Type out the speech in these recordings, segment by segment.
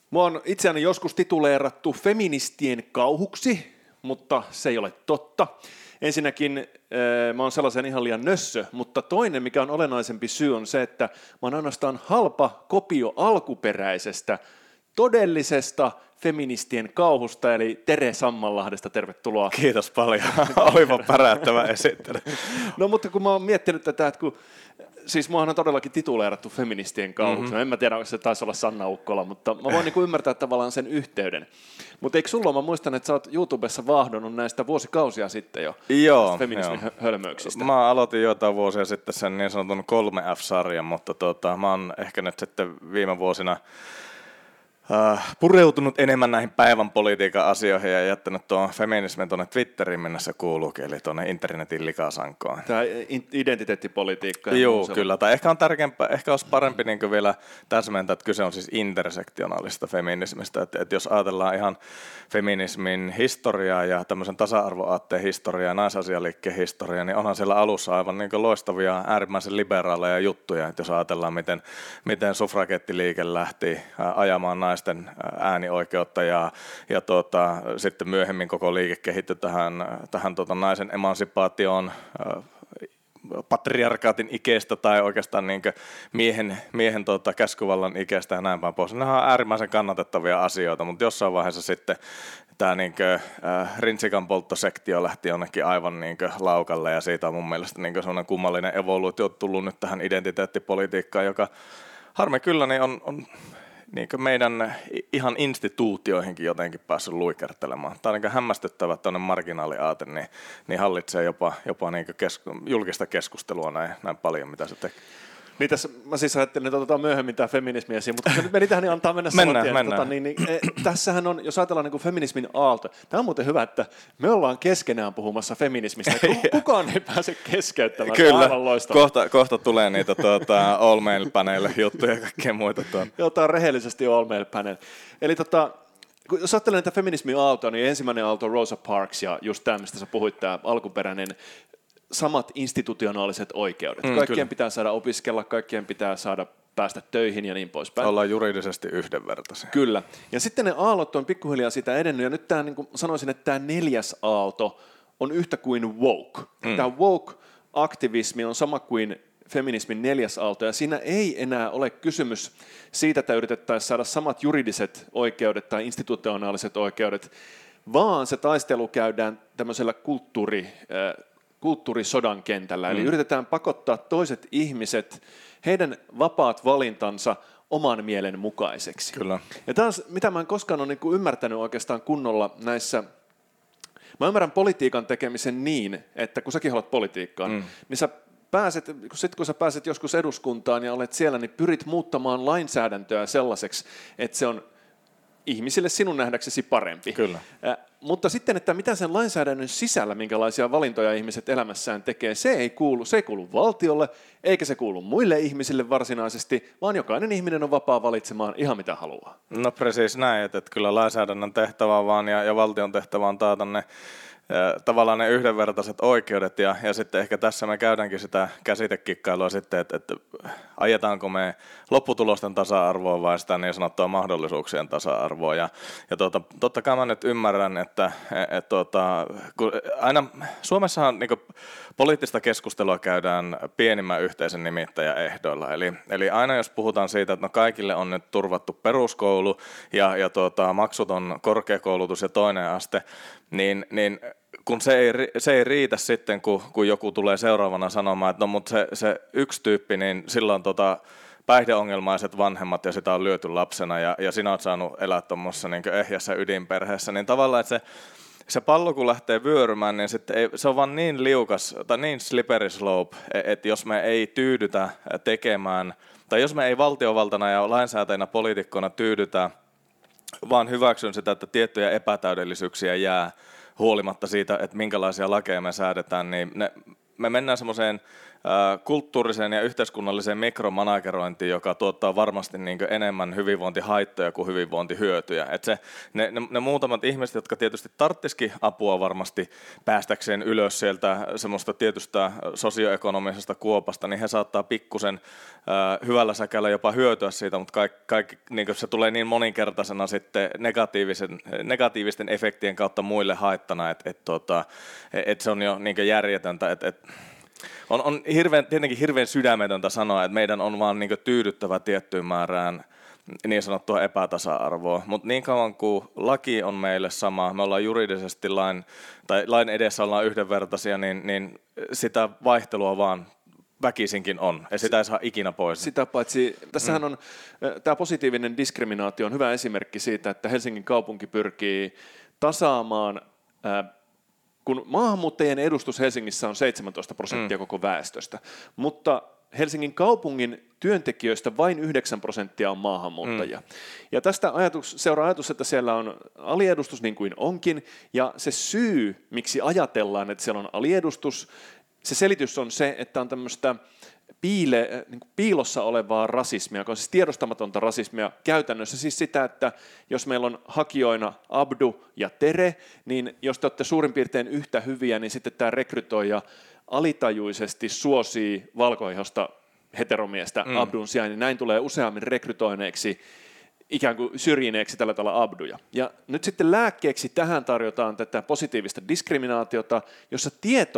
Mua on itseäni joskus tituleerattu feministien kauhuksi, mutta se ei ole totta. Ensinnäkin mä oon sellaisen ihan liian nössö, mutta toinen, mikä on olennaisempi syy, on se, että mä oon ainoastaan halpa kopio alkuperäisestä, todellisesta feministien kauhusta, eli Tere Sammanlahdesta, tervetuloa. Kiitos paljon, olipa päräyttävä esittely. No mutta kun mä oon miettinyt tätä, että siis muahan on todellakin tituleerattu feministien kauhuksi. En mä tiedä, se taisi olla Sanna Ukkola, mutta mä voin niinku ymmärtää tavallaan sen yhteyden. Mutta eikö sulla, mä muistan, että sä oot YouTubessa vaahdonnut näistä vuosikausia sitten jo, feminismin hölmöyksistä. Mä aloitin joitain vuosia sitten sen niin sanotun 3F-sarjan, mutta mä oon ehkä nyt sitten viime vuosina pureutunut enemmän näihin päivän politiikan asioihin ja jättänyt tuon feminismin tuonne Twitteriin mennessä kuuluukin, eli tuonne internetin likasankoon. Tämä identiteettipolitiikka. Joo, kyllä. Tai ehkä on tärkeämpää, ehkä olisi parempi niin vielä täsmentää, että kyse on siis intersektionaalista feminismistä. Että jos ajatellaan ihan feminismin historiaa ja tämmöisen tasa-arvoaatteen historiaa ja naisasialiikkeen historiaa, niin onhan siellä alussa aivan niin loistavia, äärimmäisen liberaaleja juttuja. Että jos ajatellaan, miten suffragettiliike lähti ajamaan naisten äänioikeutta ja sitten myöhemmin koko liike kehittyi tähän naisen emansipaatioon patriarkaatin ikeestä tai oikeastaan niin miehen käskyvallan ikeestä ja näin päin pois. Nämä on äärimmäisen kannatettavia asioita, mutta jossain vaiheessa sitten tämä rintsikan polttosektio lähti jonnekin aivan laukalle ja siitä on mun mielestä sellainen kummallinen evoluutio tullut nyt tähän identiteettipolitiikkaan, joka harmi kyllä niin on meidän ihan instituutioihinkin jotenkin päässyt luikertelemaan. Tämä on hämmästyttävä, että tuonne marginaaliaate niin hallitsee jopa julkista keskustelua näin paljon, mitä se tekee. Niin tässä, mä siis ajattelin, että otetaan myöhemmin tämä feminismi esiin, mutta kun nyt meni tähän, niin antaa mennä saman tien. Tässähän on, jos ajatellaan niin feminismin aalto, tämä on muuten hyvä, että me ollaan keskenään puhumassa feminismistä. Kukaan ei pääse keskeyttämään. Kyllä, kohta tulee niitä all mail panel juttuja ja kaikkea muita. Joo, tämä on rehellisesti all mail panel. Eli jos ajattelee näitä feminismin aaltoa, niin ensimmäinen aalto on Rosa Parks ja just tämä, mistä sä puhuit, tämä alkuperäinen samat institutionaaliset oikeudet. Kaikkien kyllä pitää saada opiskella, kaikkien pitää saada päästä töihin ja niin poispäin. Ollaan juridisesti yhdenvertaisia. Kyllä. Ja sitten ne aallot on pikkuhiljaa sitä edennyt, ja nyt niin kuin sanoisin, että tämä 4. aalto on yhtä kuin woke. Tämä woke-aktivismi on sama kuin feminismin 4. aalto, ja siinä ei enää ole kysymys siitä, että yritettäisiin saada samat juridiset oikeudet tai institutionaaliset oikeudet, vaan se taistelu käydään tämmöisellä kulttuurisodan kentällä. Eli yritetään pakottaa toiset ihmiset, heidän vapaat valintansa oman mielen mukaiseksi. Kyllä. Ja taas, mitä mä en koskaan ole ymmärtänyt oikeastaan kunnolla näissä, mä ymmärrän politiikan tekemisen niin, että kun säkin haluat politiikkaan, niin sä kun sä pääset joskus eduskuntaan ja olet siellä, niin pyrit muuttamaan lainsäädäntöä sellaiseksi, että se on ihmisille sinun nähdäksesi parempi. Kyllä. Mutta sitten, että mitä sen lainsäädännön sisällä, minkälaisia valintoja ihmiset elämässään tekee, se ei kuulu valtiolle, eikä se kuulu muille ihmisille varsinaisesti, vaan jokainen ihminen on vapaa valitsemaan ihan mitä haluaa. No precis näin, että kyllä lainsäädännön tehtävä vaan ja valtion tehtävä on taata ne tavallaan ne yhdenvertaiset oikeudet ja sitten ehkä tässä me käydäänkin sitä käsitekikkailua sitten, että ajetaanko me lopputulosten tasa-arvoa vai sitä niin sanottua mahdollisuuksien tasa-arvoa ja totta kai mä nyt ymmärrän, että kun aina Suomessahan niin poliittista keskustelua käydään pienimmän yhteisen nimittäjän ehdoilla, eli aina jos puhutaan siitä, että no kaikille on nyt turvattu peruskoulu ja maksuton korkeakoulutus ja toinen aste, niin kun se ei riitä sitten, kun joku tulee seuraavana sanomaan, että no mutta se yksi tyyppi, niin silloin päihdeongelmaiset vanhemmat ja sitä on lyöty lapsena ja sinä olet saanut elää tuommoisessa niin ehjässä ydinperheessä, niin tavallaan, että se pallo kun lähtee vyörymään, niin sitten se on vaan niin liukas tai niin slippery slope, että jos me ei tyydytä tekemään, tai jos me ei valtiovaltana ja lainsäätäjänä poliitikkoina tyydytä, vaan hyväksyn sitä, että tiettyjä epätäydellisyyksiä jää huolimatta siitä, että minkälaisia lakeja me säädetään, niin me mennään semmoiseen kulttuuriseen ja yhteiskunnalliseen mikromanagerointiin, joka tuottaa varmasti niin kuin enemmän hyvinvointihaittoja kuin hyvinvointihyötyjä. Et ne muutamat ihmiset, jotka tietysti tarttisikin apua varmasti päästäkseen ylös sieltä semmoista tietystä sosioekonomisesta kuopasta, niin he saattaa pikkusen hyvällä jopa hyötyä siitä, mutta kaikki niin se tulee niin moninkertaisena sitten negatiivisten efektien kautta muille haittana, että se on jo niin järjetöntä. On tietenkin hirveän sydämetöntä sanoa, että meidän on vaan niin tyydyttävä tiettyyn määrään niin sanottua epätasa-arvoa, mutta niin kauan kuin laki on meille sama, me ollaan juridisesti lain edessä ollaan yhdenvertaisia, niin sitä vaihtelua vaan väkisinkin on, ja sitä ei saa ikinä pois. Sitä paitsi, tässähän on, tämä positiivinen diskriminaatio on hyvä esimerkki siitä, että Helsingin kaupunki pyrkii tasaamaan, kun maahanmuuttajien edustus Helsingissä on 17% koko väestöstä, mutta Helsingin kaupungin työntekijöistä vain 9% on maahanmuuttajia. Ja tästä seuraa ajatus, että siellä on aliedustus niin kuin onkin, ja se syy, miksi ajatellaan, että siellä on aliedustus, se selitys on se, että on tämmöistä piilossa olevaa rasismia, joka on siis tiedostamatonta rasismia käytännössä. Siis sitä, että jos meillä on hakijoina Abdu ja Tere, niin jos te olette suurin piirtein yhtä hyviä, niin sitten tämä rekrytoija alitajuisesti suosii valkoihosta heteromiestä Abdun sijaan, niin näin tulee useammin rekrytoineeksi, ikään kuin syrjineeksi tällä tavalla Abduja. Ja nyt sitten lääkkeeksi tähän tarjotaan tätä positiivista diskriminaatiota, jossa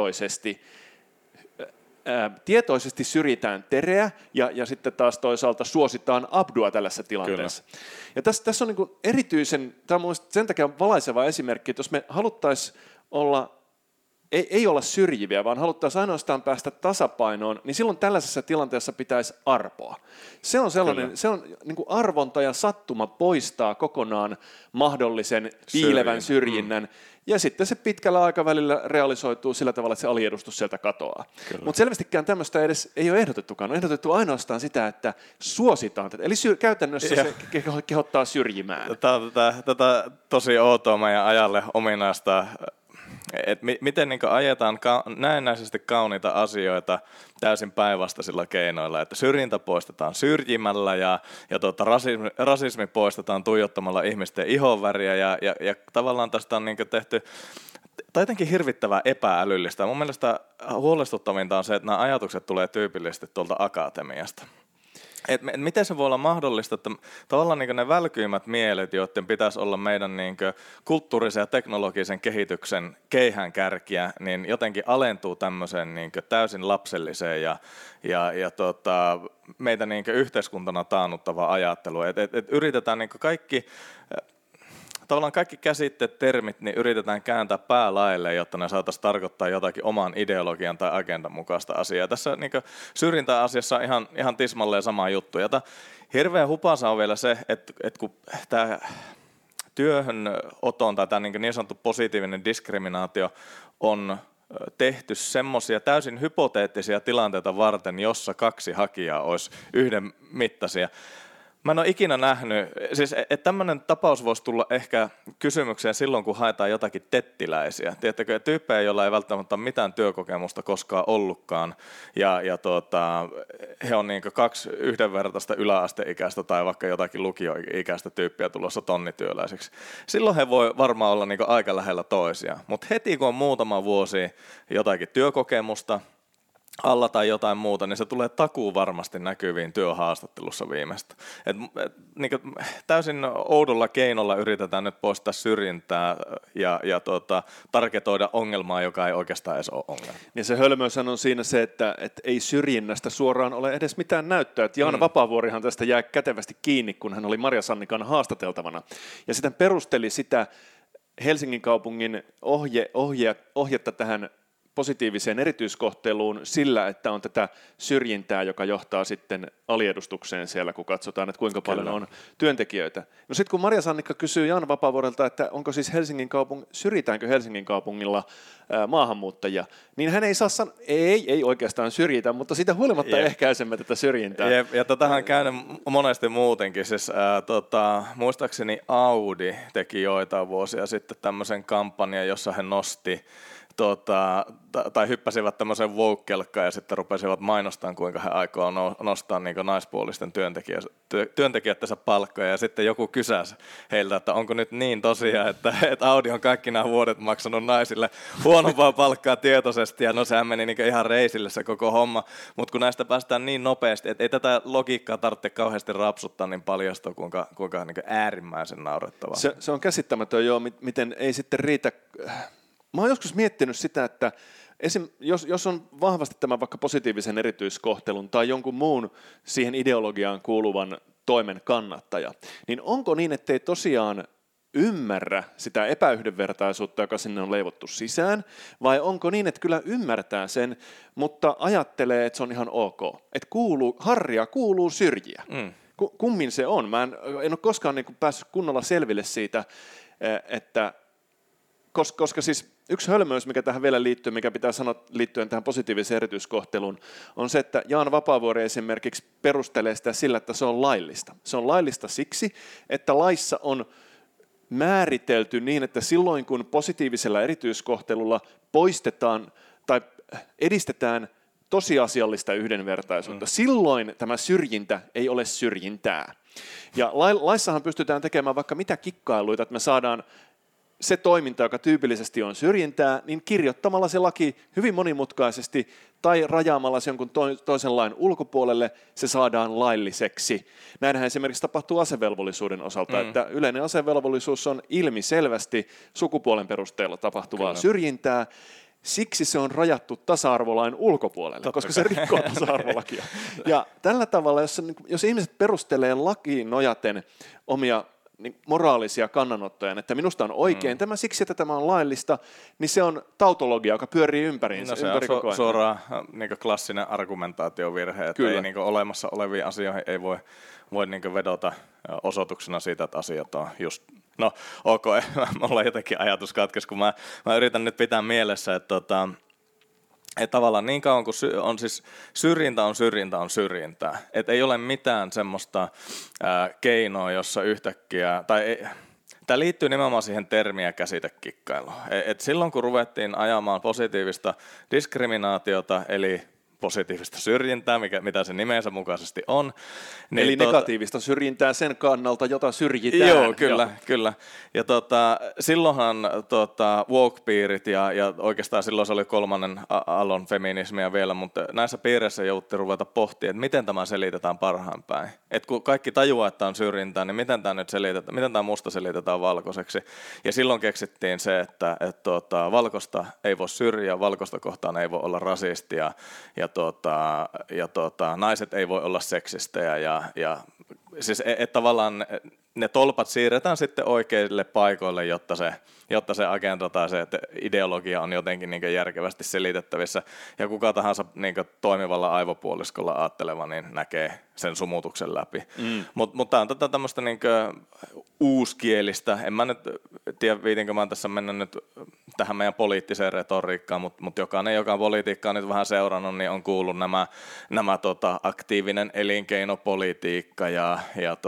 tietoisesti syrjitään Tereä ja sitten taas toisaalta suositaan Abdua tällaisessa tilanteessa. Kyllä. Ja tässä on niin kuin erityisen, tämä on sen takia valaiseva esimerkki, että jos me haluttaisiin olla, ei olla syrjiviä, vaan haluttaisiin ainoastaan päästä tasapainoon, niin silloin tällaisessa tilanteessa pitäisi arpoa. Se on sellainen, se on niin kuin arvonta ja sattuma poistaa kokonaan mahdollisen piilevän syrjinnän, ja sitten se pitkällä aikavälillä realisoituu sillä tavalla, että se aliedustus sieltä katoaa. Mutta selvästikään tämmöistä edes ei ole ehdotettukaan. On ehdotettu ainoastaan sitä, että suositaan tätä. Eli käytännössä se kehottaa syrjimään. Tätä tosi outoa meidän ajalle ominaista, että miten niin ajetaan näennäisesti kauniita asioita täysin päinvastaisilla keinoilla, että syrjintä poistetaan syrjimällä ja rasismi poistetaan tuijottamalla ihmisten ihonväriä ja tavallaan tästä on niin tehty tai jotenkin hirvittävää epä-älyllistä. Mun mielestä huolestuttavinta on se, että nämä ajatukset tulee tyypillisesti tuolta akatemiasta. Miten se voi olla mahdollista, että tavallaan ne välkyimmät mielet, joiden pitäisi olla meidän kulttuurisen ja teknologisen kehityksen keihäänkärkiä, niin jotenkin alentuu tämmöiseen täysin lapselliseen ja meitä yhteiskuntana taannuttavaa ajattelua. Yritetään kaikki tavallaan kaikki käsitteet, termit, niin yritetään kääntää päälaille, jotta ne saataisiin tarkoittaa jotakin oman ideologian tai agendan mukaista asiaa. Tässä syrjintäasiassa on ihan tismalleen sama juttu. Ja hirveän hupansa on vielä se, että kun tämä työhönoton tai tämä niin sanottu positiivinen diskriminaatio on tehty semmoisia täysin hypoteettisia tilanteita varten, jossa kaksi hakijaa olisi yhdenmittaisia. Mä en ole ikinä nähnyt, siis että tämmöinen tapaus voisi tulla ehkä kysymykseen silloin, kun haetaan jotakin tettiläisiä. Tiedättekö, tyyppejä, joilla ei välttämättä ole mitään työkokemusta koskaan ollutkaan, ja he on kaksi yhdenvertaista yläasteikäistä tai vaikka jotakin lukioikäistä tyyppiä tulossa tonnityöläisiksi. Silloin he voi varmaan olla aika lähellä toisiaan, mutta heti kun on muutama vuosi jotakin työkokemusta, alla tai jotain muuta, niin se tulee takuu varmasti näkyviin työhaastattelussa viimeistä. Täysin oudolla keinolla yritetään nyt poistaa syrjintää ja targetoida ongelmaa, joka ei oikeastaan edes ole ongelma. Ja se hölmöyshän on siinä se, että ei syrjinnästä suoraan ole edes mitään näyttöä. Että Jaana Vapaavuorihan tästä jää kätevästi kiinni, kun hän oli Marja Sannikan haastateltavana. Ja sitten perusteli sitä Helsingin kaupungin ohjetta tähän positiiviseen erityiskohteluun sillä, että on tätä syrjintää, joka johtaa sitten aliedustukseen siellä, kun katsotaan, että kuinka paljon on työntekijöitä. No sitten kun Marja Sannikka kysyy Jaana Vapaavuorelta, että onko siis syrjitäänkö Helsingin kaupungilla maahanmuuttajia, niin hän ei saa sanoa, ei oikeastaan syrjitä, mutta siitä huolimatta ehkäisemme tätä syrjintää. Ja tätähän on käynyt monesti muutenkin. Siis, muistaakseni Audi teki joitain vuosia sitten tämmöisen kampanjan, jossa he nosti tai hyppäsivät tämmöiseen woke-kelkkaan ja sitten rupesivat mainostamaan, kuinka he aikoo nostaa niin naispuolisten työntekijöittensä palkkoja, ja sitten joku kysäsi heiltä, että onko nyt niin tosiaan, että Audi on kaikki nämä vuodet maksanut naisille huonompaa palkkaa tietoisesti, ja no sehän meni niin ihan reisille se koko homma, mutta kun näistä päästään niin nopeasti, että ei tätä logiikkaa tarvitse kauheasti rapsuttaa, niin paljastuu, kuinka niin äärimmäisen naurettavaa. Se on käsittämätön jo, miten ei sitten riitä. Mä oon joskus miettinyt sitä, että jos on vahvasti tämän vaikka positiivisen erityiskohtelun tai jonkun muun siihen ideologiaan kuuluvan toimen kannattaja, niin onko niin, ettei tosiaan ymmärrä sitä epäyhdenvertaisuutta, joka sinne on leivottu sisään, vai onko niin, että kyllä ymmärtää sen, mutta ajattelee, että se on ihan ok, että harria kuuluu syrjiä. Kummin se on? Mä en ole koskaan niin kuin päässyt kunnolla selville siitä, että koska siis yksi hölmöys, mikä tähän vielä liittyy, mikä pitää sanoa liittyen tähän positiiviseen erityiskohteluun, on se, että Jaan Vapaavuori esimerkiksi perustelee sitä sillä, että se on laillista. Se on laillista siksi, että laissa on määritelty niin, että silloin kun positiivisella erityiskohtelulla poistetaan tai edistetään tosiasiallista yhdenvertaisuutta, silloin tämä syrjintä ei ole syrjintää. Ja laissahan pystytään tekemään vaikka mitä kikkailuita, että me saadaan se toiminta, joka tyypillisesti on syrjintää, niin kirjoittamalla se laki hyvin monimutkaisesti tai rajaamalla se jonkun toisen lain ulkopuolelle, se saadaan lailliseksi. Näinhän esimerkiksi tapahtuu asevelvollisuuden osalta, että yleinen asevelvollisuus on ilmiselvästi sukupuolen perusteella tapahtuvaa syrjintää. Siksi se on rajattu tasa-arvolain ulkopuolelle, koska se rikkoo tasa-arvolakia. Ja tällä tavalla, jos ihmiset perustelee lakiin nojaten omia moraalisia kannanottoja, että minusta on oikein tämä siksi, että tämä on laillista, niin se on tautologia, joka pyörii ympäriinsä. No se on suoraan niin klassinen argumentaatiovirhe, että ei niin olemassa oleviin asioihin ei voi niin vedota osoituksena siitä, että asiat on just. No ok, mulla on jotenkin ajatus katkes, kun mä yritän nyt pitää mielessä, että tavallaan niin kauan kuin on siis syrjintä on syrjintää. Että ei ole mitään semmoista keinoa, jossa yhtäkkiä, tämä liittyy nimenomaan siihen termi- ja käsitekikkailuun. Et silloin kun ruvettiin ajamaan positiivista diskriminaatiota, eli positiivista syrjintää, mitä se nimensä mukaisesti on. Niin eli negatiivista syrjintää sen kannalta, jota syrjitään. Joo, kyllä. Ja silloinhan woke-piirit ja oikeastaan silloin se oli kolmannen aallon feminismiä vielä, mutta näissä piireissä jouduttiin ruveta pohtimaan, että miten tämä selitetään parhaan päin. Et kun kaikki tajuaa, että on syrjintää, niin miten tämä nyt selitetään, miten tämä musta selitetään valkoiseksi. Ja silloin keksittiin se, että valkoista ei voi syrjiä, valkoista kohtaan ei voi olla rasistia ja naiset ei voi olla seksistejä ja siis tavallaan ne tolpat siirretään sitten oikeille paikoille, jotta se agenda tai se ideologia on jotenkin niin järkevästi selitettävissä ja kuka tahansa niin toimivalla aivopuoliskolla ajatteleva niin näkee sen sumutuksen läpi. Mutta tämä on tätä tämmöistä niin uuskielistä, en mä nyt tiedä viitinkö mä tässä mennä nyt tähän meidän poliittiseen retoriikkaan, mutta jokainen, joka on politiikkaa nyt vähän seurannut, niin on kuullut nämä aktiivinen elinkeinopolitiikka ja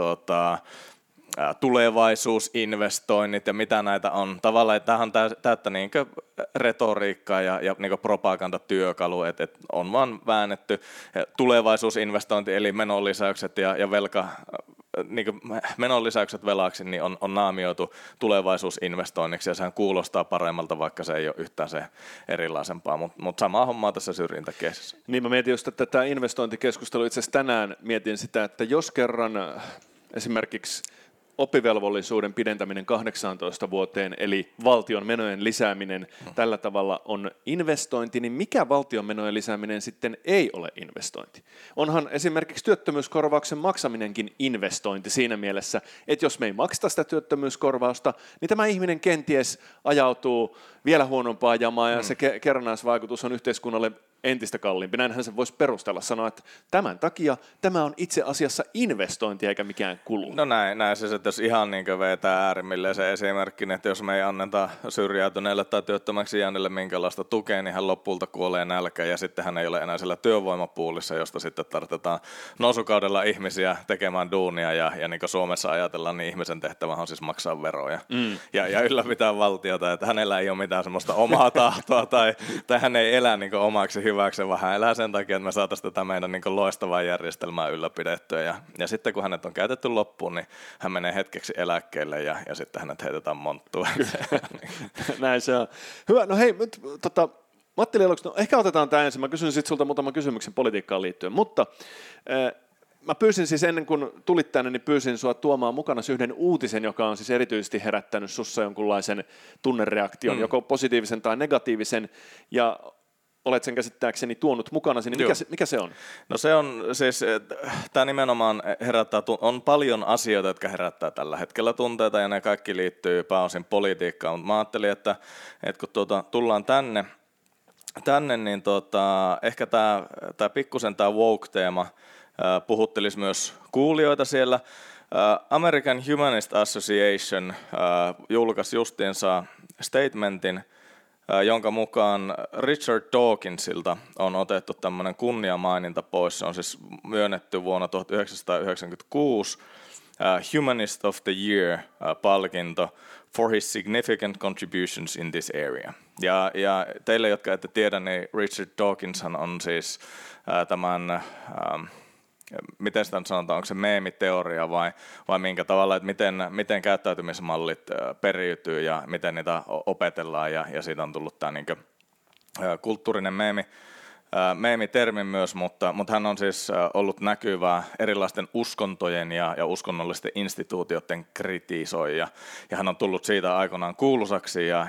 tulevaisuusinvestoinnit ja mitä näitä on. Tavallaan, että tämähän on täyttä niinkö retoriikkaa ja niinkö propagandatyökalu, että on vaan väännetty tulevaisuusinvestointi eli menonlisäykset ja velka, niin menonlisäykset velaksi niin on naamioitu tulevaisuusinvestoinniksi ja sehän kuulostaa paremmalta, vaikka se ei ole yhtään se erilaisempaa, mutta samaa hommaa tässä syrjintäkeisissä. Niin mä mietin just, että tämä investointikeskustelu itse asiassa tänään mietin sitä, että jos kerran esimerkiksi oppivelvollisuuden pidentäminen 18 vuoteen, eli valtion menojen lisääminen tällä tavalla on investointi, niin mikä valtion menojen lisääminen sitten ei ole investointi? Onhan esimerkiksi työttömyyskorvauksen maksaminenkin investointi siinä mielessä, että jos me ei makseta sitä työttömyyskorvausta, niin tämä ihminen kenties ajautuu vielä huonompaa jamaa ja se kerrannaisvaikutus on yhteiskunnalle entistä kalliimpi. Näinhän se voisi perustella, sanoa, että tämän takia tämä on itse asiassa investointi eikä mikään kulu. No näin siis, että jos ihan niin kuin vetää äärimmilleen se esimerkki, että jos me ei anneta syrjäytyneille tai työttömäksi jääneille minkälaista tukea, niin hän lopulta kuolee nälkään ja sitten hän ei ole enää siellä työvoimapuulissa, josta sitten tarvitaan nousukaudella ihmisiä tekemään duunia ja niin kuin Suomessa ajatellaan, niin ihmisen tehtävä on siis maksaa veroja ja ylläpitää valtiota, että hänellä ei ole mitään semmoista omaa tahtoa tai hän ei elä niin kuin omaksi hyväksi, vaan hän elää sen takia, että me saataisiin tätä meidän niin kuin loistavaa järjestelmää ylläpidettyä ja sitten kun hänet on käytetty loppuun, niin hän menee hetkeksi eläkkeelle ja sitten hänet heitetään monttuun. Näin se on. Hyvä, no hei, nyt Matti Lieloksi, no ehkä otetaan tämä ensin. Mä kysyn sitten sulta muutaman kysymyksen politiikkaan liittyen, mutta mä pyysin siis ennen kuin tulit tänne, niin pyysin sua tuomaan mukana yhden uutisen, joka on siis erityisesti herättänyt sussa jonkunlaisen tunnereaktion, joko positiivisen tai negatiivisen, ja olet sen käsittääkseni tuonut mukana, niin mikä se on? No se on siis, tämä nimenomaan on paljon asioita, jotka herättää tällä hetkellä tunteita, ja ne kaikki liittyy pääosin politiikkaan, mutta mä ajattelin, että kun tullaan tänne niin ehkä tämä pikkusen tämä woke-teema puhuttelisi myös kuulijoita siellä. American Humanist Association julkaisi justiinsa statementin, jonka mukaan Richard Dawkinsilta on otettu tämmöinen kunniamaininta pois. Se on siis myönnetty vuonna 1996 Humanist of the Year-palkinto for his significant contributions in this area. Ja teille, jotka ette tiedä, niin Richard Dawkinshan on siis tämän miten sitä sanotaan, onko se meemiteoria vai minkä tavalla, että miten käyttäytymismallit periytyy ja miten niitä opetellaan ja siitä on tullut tämä niin kuin kulttuurinen meemitermi myös, mutta hän on siis ollut näkyvää erilaisten uskontojen ja uskonnollisten instituutioiden kritisoija ja hän on tullut siitä aikoinaan kuuluisaksi ja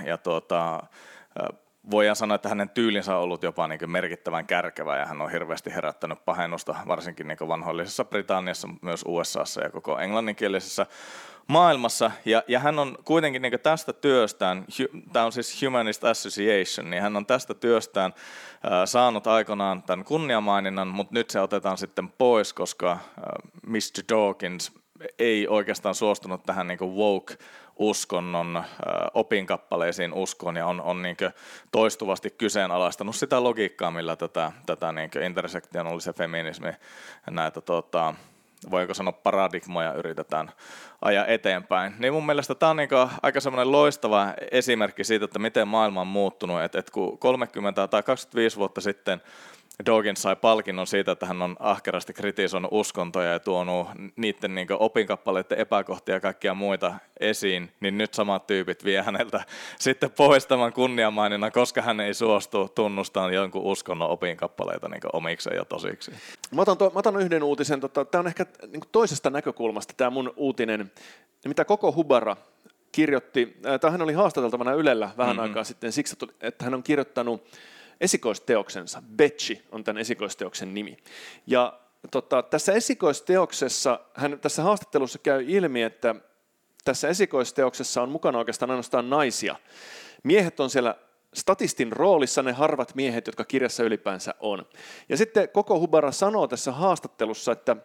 voidaan sanoa, että hänen tyylinsä on ollut jopa niin merkittävän kärkevä ja hän on hirveästi herättänyt pahennusta varsinkin niin vanhoillisessa Britanniassa, myös USAssa ja koko englanninkielisessä maailmassa. Ja hän on kuitenkin niin tästä työstään, tämä on siis Humanist Association, niin hän on tästä työstään saanut aikanaan tämän kunniamaininnan, mutta nyt se otetaan sitten pois, koska Mr. Dawkins ei oikeastaan suostunut tähän niin woke-uskonnon opinkappaleisiin uskoon ja on niin toistuvasti kyseenalaistanut sitä logiikkaa, millä tätä niin intersektionaalisen feminismi näitä voinko sanoa paradigmoja yritetään ajaa eteenpäin. Niin mun mielestä tämä on niin aika semmoinen loistava esimerkki siitä, että miten maailma on muuttunut, että kun 30 tai 25 vuotta sitten Dawkins sai palkinnon siitä, että hän on ahkerasti kritisoinut uskontoja ja tuonut niiden niin opinkappaleiden epäkohtia ja kaikkia muita esiin, niin nyt samat tyypit vie häneltä sitten pois tämän kunniamaininnan, koska hän ei suostu tunnustamaan jonkun uskonnon opinkappaleita niin omikseen ja tosiksi. Mä otan yhden uutisen. Tämä on ehkä niin toisesta näkökulmasta tämä mun uutinen, mitä Koko Hubara kirjoitti. Hän oli haastateltavana Ylellä vähän aikaa sitten siksi, että hän on kirjoittanut esikoisteoksensa. Betsi on tämän esikoisteoksen nimi. Ja tässä esikoisteoksessa, tässä haastattelussa käy ilmi, että tässä esikoisteoksessa on mukana oikeastaan ainoastaan naisia. Miehet on siellä statistin roolissa, ne harvat miehet, jotka kirjassa ylipäänsä on. Ja sitten Koko Hubara sanoo tässä haastattelussa, että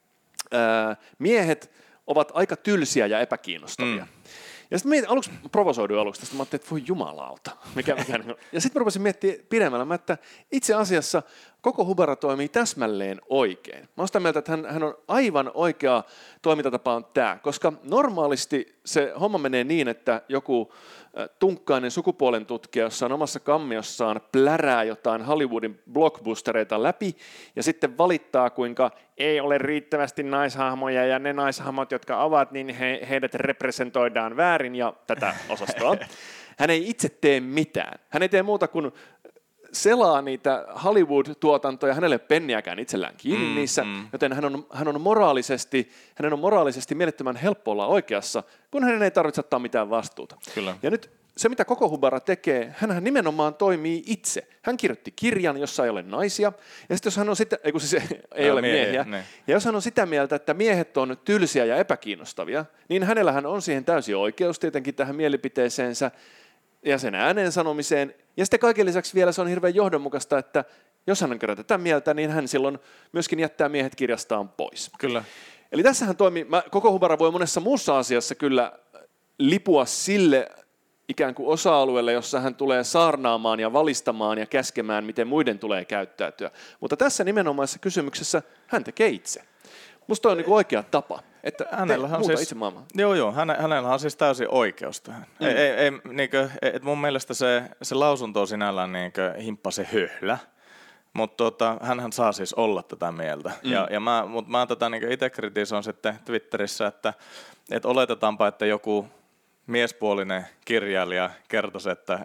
miehet ovat aika tylsiä ja epäkiinnostavia. Ja sitten aluksi provosoiduin tästä, mä ajattelin, että voi jumalauta. Ja sitten mä rupesin miettimään pidemmällä, että itse asiassa Koko Hubara toimii täsmälleen oikein. Mä oon sitä mieltä, että hän on aivan oikea toimintatapa on tämä, koska normaalisti se homma menee niin, että joku tunkkainen sukupuolen tutkija, jossa on omassa kammiossaan plärää jotain Hollywoodin blockbustereita läpi ja sitten valittaa, kuinka ei ole riittävästi naishahmoja ja ne naishahmot, jotka ovat, niin heidät representoidaan väärin ja tätä osastoa. Hän ei itse tee mitään. Hän ei tee muuta kuin selaa niitä Hollywood-tuotantoja, hänelle penniäkään itsellään kiinni niissä, joten hänen on moraalisesti mielettömän helppo olla oikeassa, kun hänen ei tarvitse ottaa mitään vastuuta. Kyllä. Ja nyt se, mitä Koko Hubara tekee, hänhän nimenomaan toimii itse. Hän kirjoitti kirjan, jossa ei ole naisia, ja sitten jos hän on ei ole miehiä, ja jos hän on sitä mieltä, että miehet on tylsiä ja epäkiinnostavia, niin hänellähän on siihen täysi oikeus tietenkin tähän mielipiteeseensä, ja sen ääneen sanomiseen. Ja sitten kaiken lisäksi vielä se on hirveän johdonmukaista, että Jos hän on kerran tätä mieltä, niin hän silloin myöskin jättää miehet kirjastaan pois. Kyllä. Eli tässähän toimii, koko Hubara voi monessa muussa asiassa kyllä lipua sille ikään kuin osa-alueelle, jossa hän tulee saarnaamaan ja valistamaan ja käskemään, miten muiden tulee käyttäytyä. Mutta tässä nimenomaisessa kysymyksessä hän tekee itse. Musta on niin kuin oikea tapa, että muuta siis, itse maailmaa. Joo, hänellä on siis täysin oikeus tähän. Mun mielestä se lausunto on sinällään himppase höhlä. Mutta hänhän saa siis olla tätä mieltä. Mutta mä tätä itse kritisoin sitten Twitterissä, että oletetaanpa, että joku miespuolinen kirjailija kertoisi, että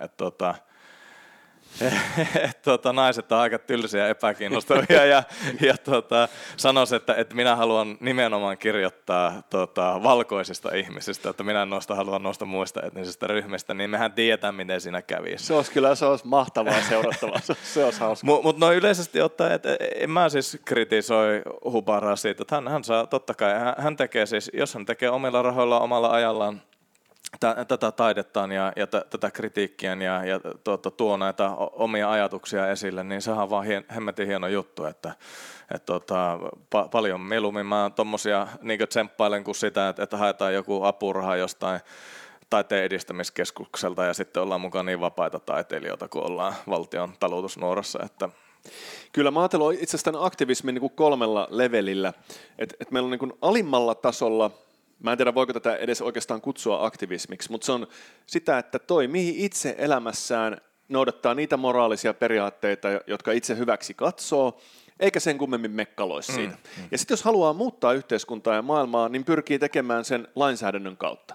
naiset on aika tylsiä ja epäkiinnostavia ja sanoisi, että minä haluan nimenomaan kirjoittaa valkoisista ihmisistä, että minä en halua noista muista etnisistä ryhmistä, niin mehän tiedetään, miten siinä kävisi. Se olisi mahtavaa seurattavaa. Se olisi hauska. Mutta yleisesti ottaen, että en mä siis kritisoi Hubaraa siitä, että hän saa, totta kai, hän tekee siis, jos hän tekee omilla rahoillaan, omalla ajallaan, tätä taidettaan ja tätä kritiikkiä ja tuo näitä omia ajatuksia esille, niin sehän on vaan hemmetin hieno juttu, että paljon mieluummin mä tommosia niin tsemppailen kuin sitä, että haetaan joku apuraha jostain taiteen edistämiskeskukselta ja sitten ollaan mukaan niin vapaita taiteilijoita, kun ollaan valtion talutusnuorassa, että kyllä mä ajattelen itse asiassa tämän aktivismin niin kuin 3 levelillä, että meillä on niin kuin alimmalla tasolla. Mä en tiedä, voiko tätä edes oikeastaan kutsua aktivismiksi, mutta se on sitä, että toimii itse elämässään, noudattaa niitä moraalisia periaatteita, jotka itse hyväksi katsoo, eikä sen kummemmin mekkaloisi siitä. Ja sitten jos haluaa muuttaa yhteiskuntaa ja maailmaa, niin pyrkii tekemään sen lainsäädännön kautta.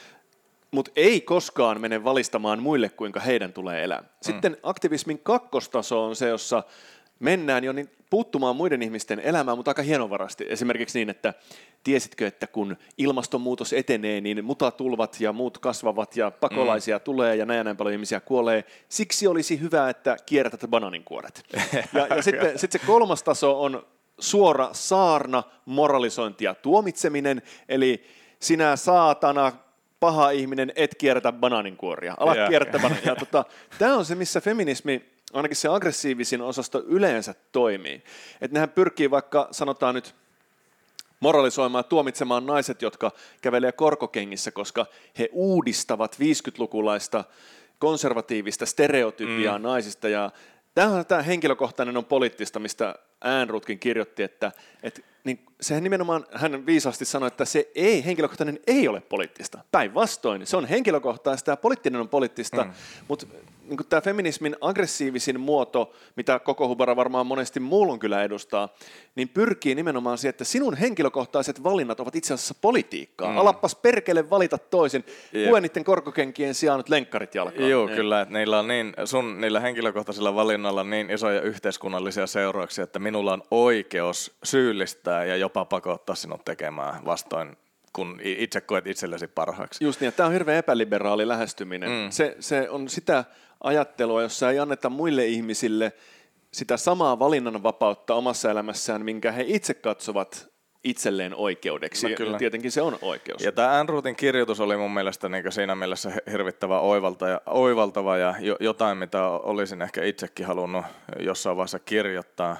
Mutta ei koskaan mene valistamaan muille, kuinka heidän tulee elää. Sitten aktivismin 2. taso on se, jossa mennään jo niin puuttumaan muiden ihmisten elämään, mutta aika hienovarasti. Esimerkiksi niin, että tiesitkö, että kun ilmastonmuutos etenee, niin mutatulvat ja muut kasvavat ja pakolaisia tulee ja näin paljon ihmisiä kuolee. Siksi olisi hyvä, että kierrätät banaaninkuoret. Ja sitten se 3. taso on suora saarna, moralisointi ja tuomitseminen, eli sinä saatana, paha ihminen, et kierrätä banaaninkuoria. Ala kierrätä banaaninkuoria. Tämä on se, missä feminismi, ainakin se aggressiivisin osasto yleensä toimii. Että nehän pyrkii vaikka, sanotaan nyt, moralisoimaan ja tuomitsemaan naiset, jotka kävelee korkokengissä, koska he uudistavat 50-lukulaista konservatiivista stereotypiaa naisista. Ja tämä henkilökohtainen on poliittista, mistä Ehrnroothin kirjoitti, että niin sehän nimenomaan, hän viisaasti sanoi, että se henkilökohtainen ei ole poliittista. Päinvastoin, se on henkilökohtaista ja poliittinen on poliittista, mutta niin tämä feminismin aggressiivisin muoto, mitä koko Hubara varmaan monesti muulloin kyllä edustaa, niin pyrkii nimenomaan siihen, että sinun henkilökohtaiset valinnat ovat itse asiassa politiikkaa. Alappas perkele valita toisin, pue niiden korkokenkien sijaan nyt lenkkarit jalkaan. Joo, kyllä, että niillä henkilökohtaisilla valinnoilla on niin isoja yhteiskunnallisia seurauksia, että minulla on oikeus syyllistää ja jopa pakottaa sinut tekemään vastoin, kun itse koet itsellesi parhaaksi. Just niin, että tämä on hirveän epäliberaali lähestyminen. Se on sitä ajattelua, jossa ei anneta muille ihmisille sitä samaa valinnanvapautta omassa elämässään, minkä he itse katsovat itselleen oikeudeksi. No, kyllä. Tietenkin se on oikeus. Ja tämä Ehrnroothin kirjoitus oli mun mielestä niin siinä mielessä hirvittävän oivaltava ja jotain, mitä olisin ehkä itsekin halunnut jossain vaiheessa kirjoittaa.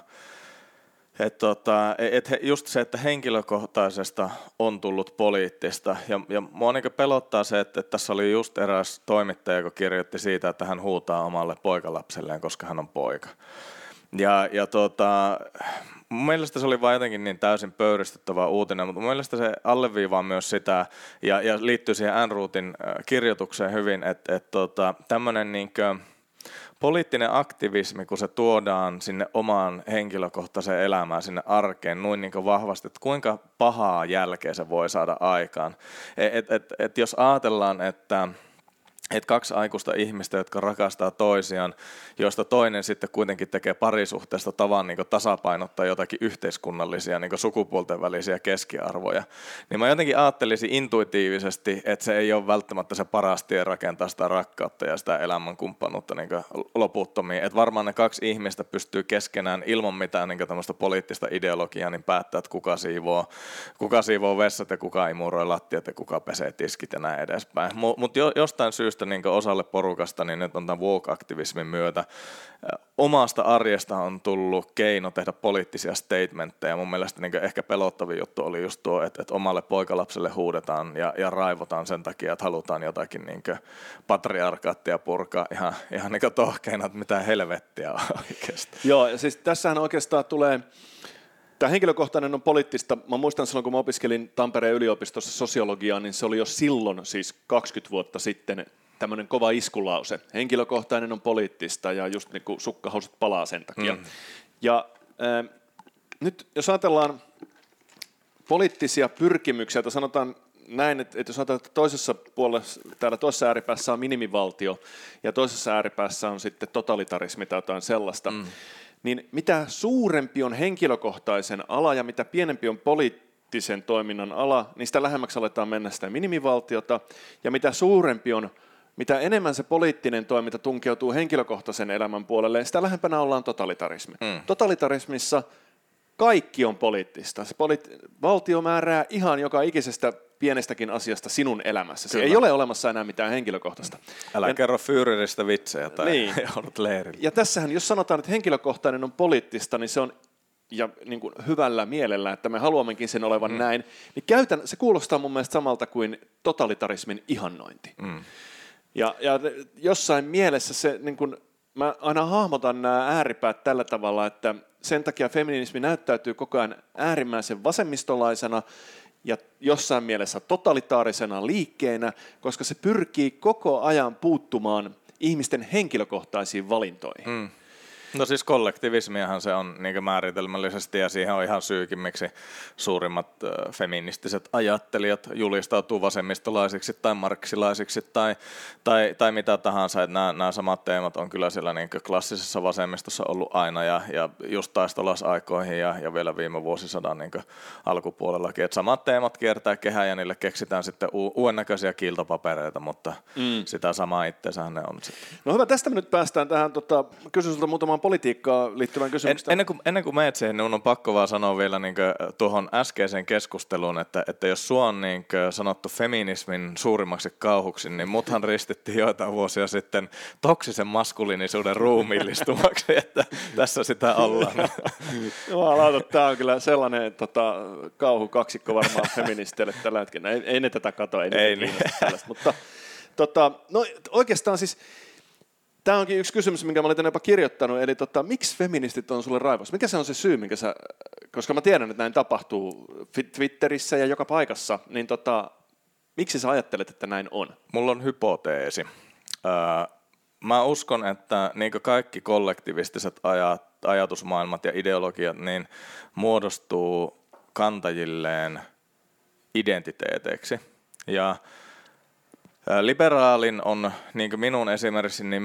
Just se, että henkilökohtaisesta on tullut poliittista ja mua niin pelottaa se, että tässä oli just eräs toimittaja, joka kirjoitti siitä, että hän huutaa omalle poikalapselleen, koska hän on poika. Mun mielestä se oli vain jotenkin niin täysin pöyristyttävä uutinen, mutta mun mielestä se alleviivaa myös sitä ja liittyy siihen Ehrnroothin kirjoitukseen hyvin, että tämmöinen niinkö poliittinen aktivismi, kun se tuodaan sinne omaan henkilökohtaiseen elämään, sinne arkeen noin niin kuin vahvasti, että kuinka pahaa jälkeä se voi saada aikaan. Jos ajatellaan, että 2 aikuista ihmistä, jotka rakastaa toisiaan, joista toinen sitten kuitenkin tekee parisuhteesta tavan niin tasapainottaa jotakin yhteiskunnallisia niin sukupuolten välisiä keskiarvoja, niin mä jotenkin ajattelisin intuitiivisesti, että se ei ole välttämättä se paras tie rakentaa sitä rakkautta ja sitä elämänkumppanuutta niin loputtomiin. Että varmaan ne 2 ihmistä pystyy keskenään ilman mitään niin tämmöistä poliittista ideologiaa niin päättää, että kuka siivoo vessat ja kuka imuroi lattiat ja kuka pesee tiskit ja näin edespäin. Mutta jostain syystä syystä niin osalle porukasta niin nyt on tämän woke-aktivismin myötä omasta arjesta on tullut keino tehdä poliittisia statementteja. Mun mielestä niin ehkä pelottavin juttu oli just tuo, että omalle poikalapselle huudetaan ja raivotaan sen takia, että halutaan jotakin niin patriarkaattia purkaa ihan niin tohkeina, että mitä helvettiä oikeastaan. Joo, ja siis tässähän oikeastaan tulee... Tämä henkilökohtainen on poliittista. Mä muistan silloin, kun mä opiskelin Tampereen yliopistossa sosiologiaa, niin se oli jo silloin, siis 20 vuotta sitten, tämmöinen kova iskulause. Henkilökohtainen on poliittista ja just niin kuin sukkahousut palaa sen takia. Ja nyt jos ajatellaan poliittisia pyrkimyksiä, että sanotaan näin, että jos ajatellaan, että toisessa puolessa, täällä toisessa ääripäässä on minimivaltio ja toisessa ääripäässä on sitten totalitarismi tai jotain sellaista, niin mitä suurempi on henkilökohtaisen ala ja mitä pienempi on poliittisen toiminnan ala, niin sitä lähemmäksi aletaan mennä sitä minimivaltiota, ja mitä suurempi on, mitä enemmän se poliittinen toiminta tunkeutuu henkilökohtaisen elämän puolelle, sitä lähempänä ollaan totalitarismi. Totalitarismissa kaikki on poliittista. Se valtio määrää ihan joka ikisestä pienestäkin asiasta sinun elämässäsi. Ei ole olemassa enää mitään henkilökohtaista. Älä kerro Führeristä vitsejä tai niin. joudut leirille. Ja tässähän, jos sanotaan, että henkilökohtainen on poliittista, niin se on ja niin kuin hyvällä mielellä, että me haluammekin sen olevan näin, niin se kuulostaa mun mielestä samalta kuin totalitarismin ihannointi. Ja jossain mielessä se, niin kuin, mä aina hahmotan nämä ääripäät tällä tavalla, että sen takia feminismi näyttäytyy koko ajan äärimmäisen vasemmistolaisena ja jossain mielessä totalitaarisena liikkeenä, koska se pyrkii koko ajan puuttumaan ihmisten henkilökohtaisiin valintoihin. No siis kollektivismiahan se on niin määritelmällisesti, ja siihen on ihan syykin, miksi suurimmat feministiset ajattelijat julistautuu vasemmistolaisiksi tai marksilaisiksi tai mitä tahansa. Että nämä samat teemat on kyllä siellä niin klassisessa vasemmistossa ollut aina ja just taistolaisaikoihin ja vielä viime vuosisadan niin alkupuolellakin. Että samat teemat kiertää kehää ja niille keksitään sitten uuden näköisiä kiiltopapereita, mutta sitä samaa itseähän ne on sitten. No hyvä, tästä me nyt päästään tähän, kysyn sulta muutamaan politiikkaan liittyvän kysymyksen. Ennen kuin menet siihen, niin on pakko vaan sanoa vielä niin tuohon äskeiseen keskusteluun, että jos sua on niin sanottu feminismin suurimmaksi kauhuksi, niin muthan ristittiin joitain vuosia sitten toksisen maskuliinisuuden ruumiillistumaksi, että tässä sitä ollaan. Jumalauta, tämä on kyllä sellainen kauhukaksikko varmaan feministeille tällä hetkellä. Ei ne tätä kato, ei niin. Tällaista, mutta no oikeastaan siis tämä onkin yksi kysymys, minkä mä olin tänne jopa kirjoittanut, eli miksi feministit on sulle raivos? Mikä se on se syy, koska mä tiedän, että näin tapahtuu Twitterissä ja joka paikassa, niin miksi sä ajattelet, että näin on? Mulla on hypoteesi. Mä uskon, että niin kuin kaikki kollektivistiset ajatusmaailmat ja ideologiat niin muodostuu kantajilleen identiteeteiksi. Ja liberaalin on, niin kuin minun esimerkiksi, niin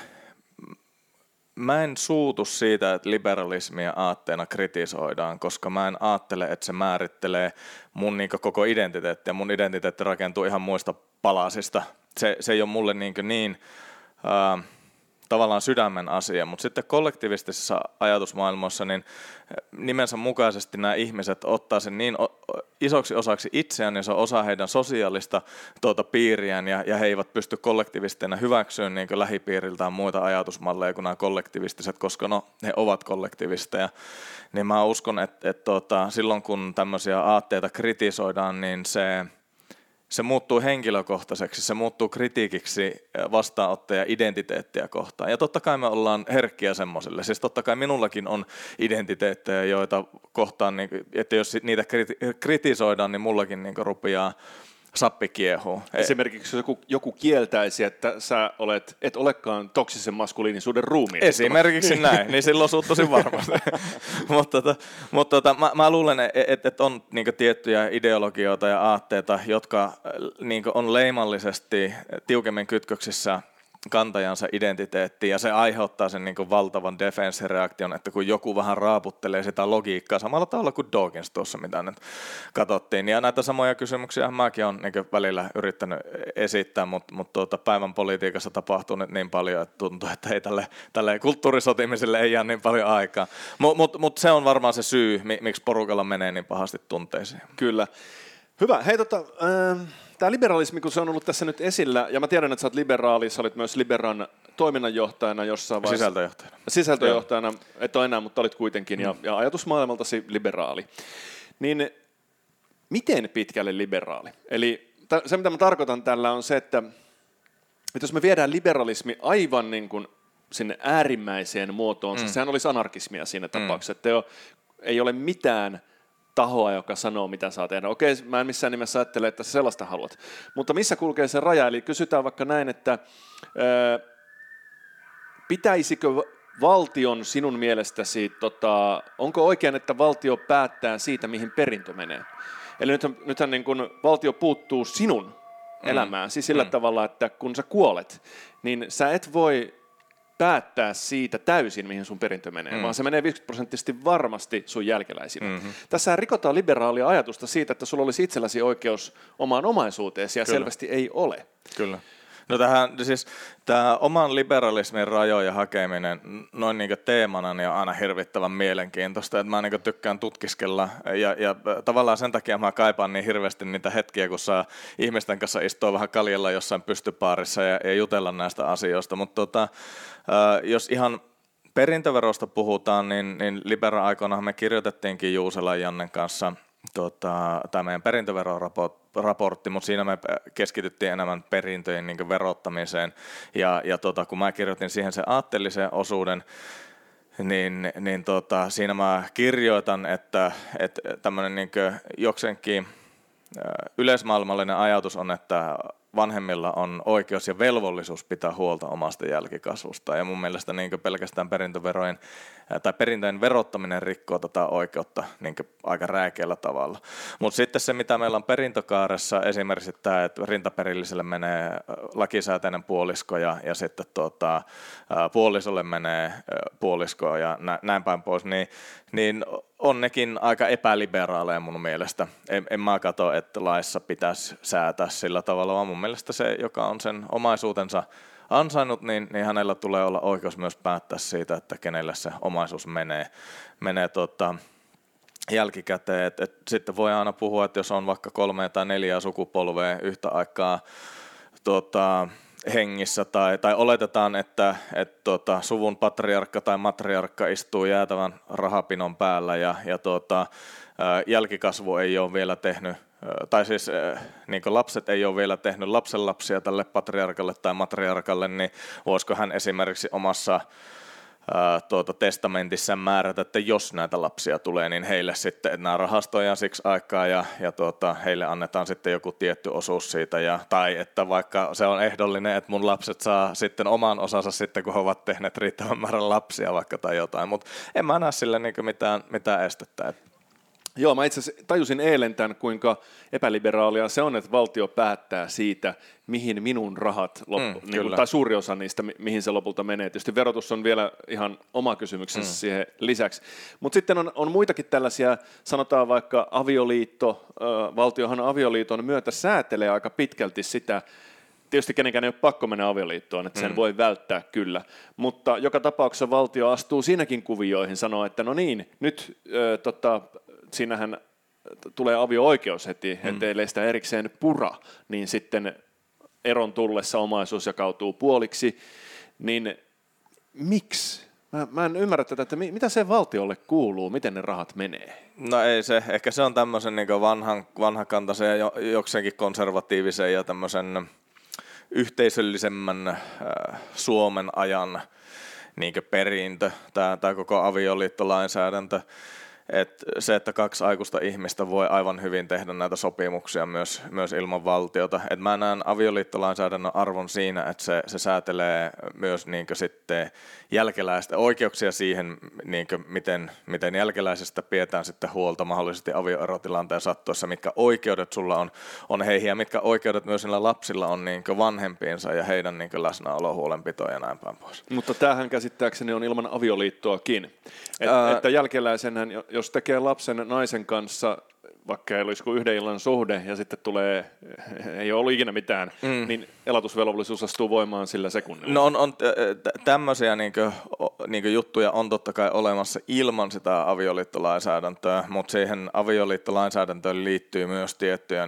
mä en suutu siitä, että liberalismia aatteena kritisoidaan, koska mä en ajattele, että se määrittelee mun niin koko identiteettiä. Mun identiteetti rakentuu ihan muista palasista. Se ei ole mulle niin tavallaan sydämen asia, mutta sitten kollektivistisessa ajatusmaailmassa niin nimensä mukaisesti nämä ihmiset ottaa sen niin isoksi osaksi itseään, ja se on osa heidän sosiaalista piiriään, ja he eivät pysty kollektivisteina hyväksyä niin lähipiiriltään muita ajatusmalleja kuin nämä kollektivistiset, koska he ovat kollektivisteja. Niin mä uskon, että silloin kun tämmöisiä aatteita kritisoidaan, niin se muuttuu henkilökohtaiseksi, se muuttuu kritiikiksi vastaanottaja identiteettiä kohtaan. Ja totta kai me ollaan herkkiä semmoiselle. Siis totta kai minullakin on identiteettejä, joita kohtaan, että jos niitä kritisoidaan, niin mullakin rupeaa sappi kiehuu. Esimerkiksi jos joku kieltäisi, että sä et olekaan toksisen maskuliinisuuden ruumiin. Esimerkiksi näin, niin silloin suuttuisin varmasti. mutta mä luulen, että on tiettyjä ideologioita ja aatteita, jotka on leimallisesti tiukemmin kytköksissä kantajansa identiteettiin, ja se aiheuttaa sen valtavan defense-reaktion, että kun joku vähän raaputtelee sitä logiikkaa samalla tavalla kuin Dawkins tuossa, mitä nyt katsottiin. Ja näitä samoja kysymyksiä mäkin olen välillä yrittänyt esittää, mutta päivän politiikassa tapahtuu nyt niin paljon, että tuntuu, että ei tälle kulttuurisotimiselle ei jää niin paljon aikaa. Mutta se on varmaan se syy, miksi porukalla menee niin pahasti tunteisiin. Kyllä. Hyvä. Hei, Tämä liberalismi, kun se on ollut tässä nyt esillä, ja mä tiedän, että sä oot liberaali, sä olit myös Liberan toiminnanjohtajana jossain vaiheessa. Sisältöjohtajana, et ole enää, mutta olit kuitenkin, ja ajatusmaailmaltasi liberaali. Niin miten pitkälle liberaali? Eli se, mitä mä tarkoitan tällä, on se, että jos me viedään liberalismi aivan niin kuin sinne äärimmäiseen muotoon, sehän olisi anarkismia siinä tapauksessa, että ei ole mitään tahoa, joka sanoo, mitä saa tehdä. Okei, mä en missään nimessä ajattele, että sä sellaista haluat. Mutta missä kulkee se raja? Eli kysytään vaikka näin, että pitäisikö valtion sinun mielestäsi, onko oikein, että valtio päättää siitä, mihin perintö menee? Eli nythän niin kun valtio puuttuu sinun elämään, siis sillä tavalla, että kun sä kuolet, niin sä et voi päättää siitä täysin, mihin sun perintö menee, vaan se menee 50% varmasti sun jälkeläisille. Tässä rikotaan liberaalia ajatusta siitä, että sulla olisi itselläsi oikeus omaan omaisuuteesi, ja selvästi ei ole. Kyllä. No tämä oman liberalismin rajojen hakeminen noin niin kuin teemana niin on aina hirvittävän mielenkiintoista, että mä niin kuin tykkään tutkiskella ja tavallaan sen takia mä kaipaan niin hirveästi niitä hetkiä, kun saa ihmisten kanssa istua vähän kaljella jossain pystypaarissa ja jutella näistä asioista, mutta jos ihan perintöverosta puhutaan, niin Libera-aikoina me kirjoitettiinkin Juuselan Jannen kanssa tämä meidän perintöveroraportti, mutta siinä me keskityttiin enemmän perintöjen niin verottamiseen. Ja kun mä kirjoitin siihen sen aatteellisen osuuden, niin siinä mä kirjoitan, että tämmöinen niin jokseenkin yleismaailmallinen ajatus on, että vanhemmilla on oikeus ja velvollisuus pitää huolta omasta jälkikasvusta. Ja mun mielestä niin pelkästään perintöjen verottaminen rikkoo tätä oikeutta niin aika rääkeällä tavalla. Mutta sitten se, mitä meillä on perintökaaressa, esimerkiksi tämä, että rintaperilliselle menee lakisääteinen puolisko ja sitten puolisolle menee puolisko ja näin päin pois, niin on nekin aika epäliberaaleja mun mielestä. En mä katso, että laissa pitäisi säätää sillä tavalla, vaan mun mielestä se, joka on sen omaisuutensa ansainnut, niin hänellä tulee olla oikeus myös päättää siitä, että kenelle se omaisuus menee jälkikäteen. Sitten voi aina puhua, että jos on vaikka 3 tai 4 sukupolvea yhtä aikaa hengissä tai oletetaan, että suvun patriarkka tai matriarkka istuu jäätävän rahapinon päällä ja jälkikasvu ei ole vielä tehnyt, tai siis niin lapset ei ole vielä tehnyt lapsenlapsia tälle patriarkalle tai matriarkalle, niin voisiko hän esimerkiksi omassa testamentissaan määrätä, että jos näitä lapsia tulee, niin heille sitten, että nämä rahastoidaan siksi aikaa ja heille annetaan sitten joku tietty osuus siitä, tai että vaikka se on ehdollinen, että mun lapset saa sitten oman osansa sitten, kun he ovat tehneet riittävän määrän lapsia vaikka tai jotain, mutta en mä näe sille niin mitään estettä. Joo, mä itse asiassa tajusin eilen tämän, kuinka epäliberaalia se on, että valtio päättää siitä, mihin minun rahat, tai suuri osa niistä, mihin se lopulta menee. Tietysti verotus on vielä ihan oma kysymyksensä siihen lisäksi. Mutta sitten on muitakin tällaisia, sanotaan vaikka avioliitto, valtiohan avioliiton myötä säätelee aika pitkälti sitä. Tietysti kenenkään ei ole pakko mennä avioliittoon, että sen voi välttää kyllä, mutta joka tapauksessa valtio astuu siinäkin kuvioihin, sanoo, että no niin, nyt siinähän tulee avio-oikeus heti, ettei sitä erikseen pura, niin sitten eron tullessa omaisuus jakautuu puoliksi, niin miksi? Mä en ymmärrä tätä, että mitä se valtiolle kuuluu, miten ne rahat menee? No ei se, ehkä se on tämmöisen niin vanhakantaisen ja jokseenkin konservatiivisen ja tämmöisen yhteisöllisemmän Suomen ajan niin perintö, tämä koko avioliittolainsäädäntö. Että 2 aikuista ihmistä voi aivan hyvin tehdä näitä sopimuksia myös ilman valtiota. Et mä näen avioliittolainsäädännön arvon siinä, että se säätelee myös niinkö sitten jälkeläisten oikeuksia siihen, niinkö miten jälkeläisestä pidetään sitten huolta mahdollisesti avioerotilanteen sattuessa, mitkä oikeudet sulla on heihin ja mitkä oikeudet myös niillä lapsilla on niinkö vanhempiinsa ja heidän niinkö läsnäolo, huolenpitoa ja näin päin pois. Mutta tämähän käsittääkseni on ilman avioliittoakin, että jälkeläisenhän, jos tekee lapsen naisen kanssa vaikka ei olisi kuin yhden illan suhde ja sitten tulee, ei ole ollut ikinä mitään, niin elatusvelvollisuus astuu voimaan sillä sekunnilla. No on tämmöisiä niinkö juttuja on totta kai olemassa ilman sitä avioliittolainsäädäntöä, mutta siihen avioliittolainsäädäntöön liittyy myös tiettyjä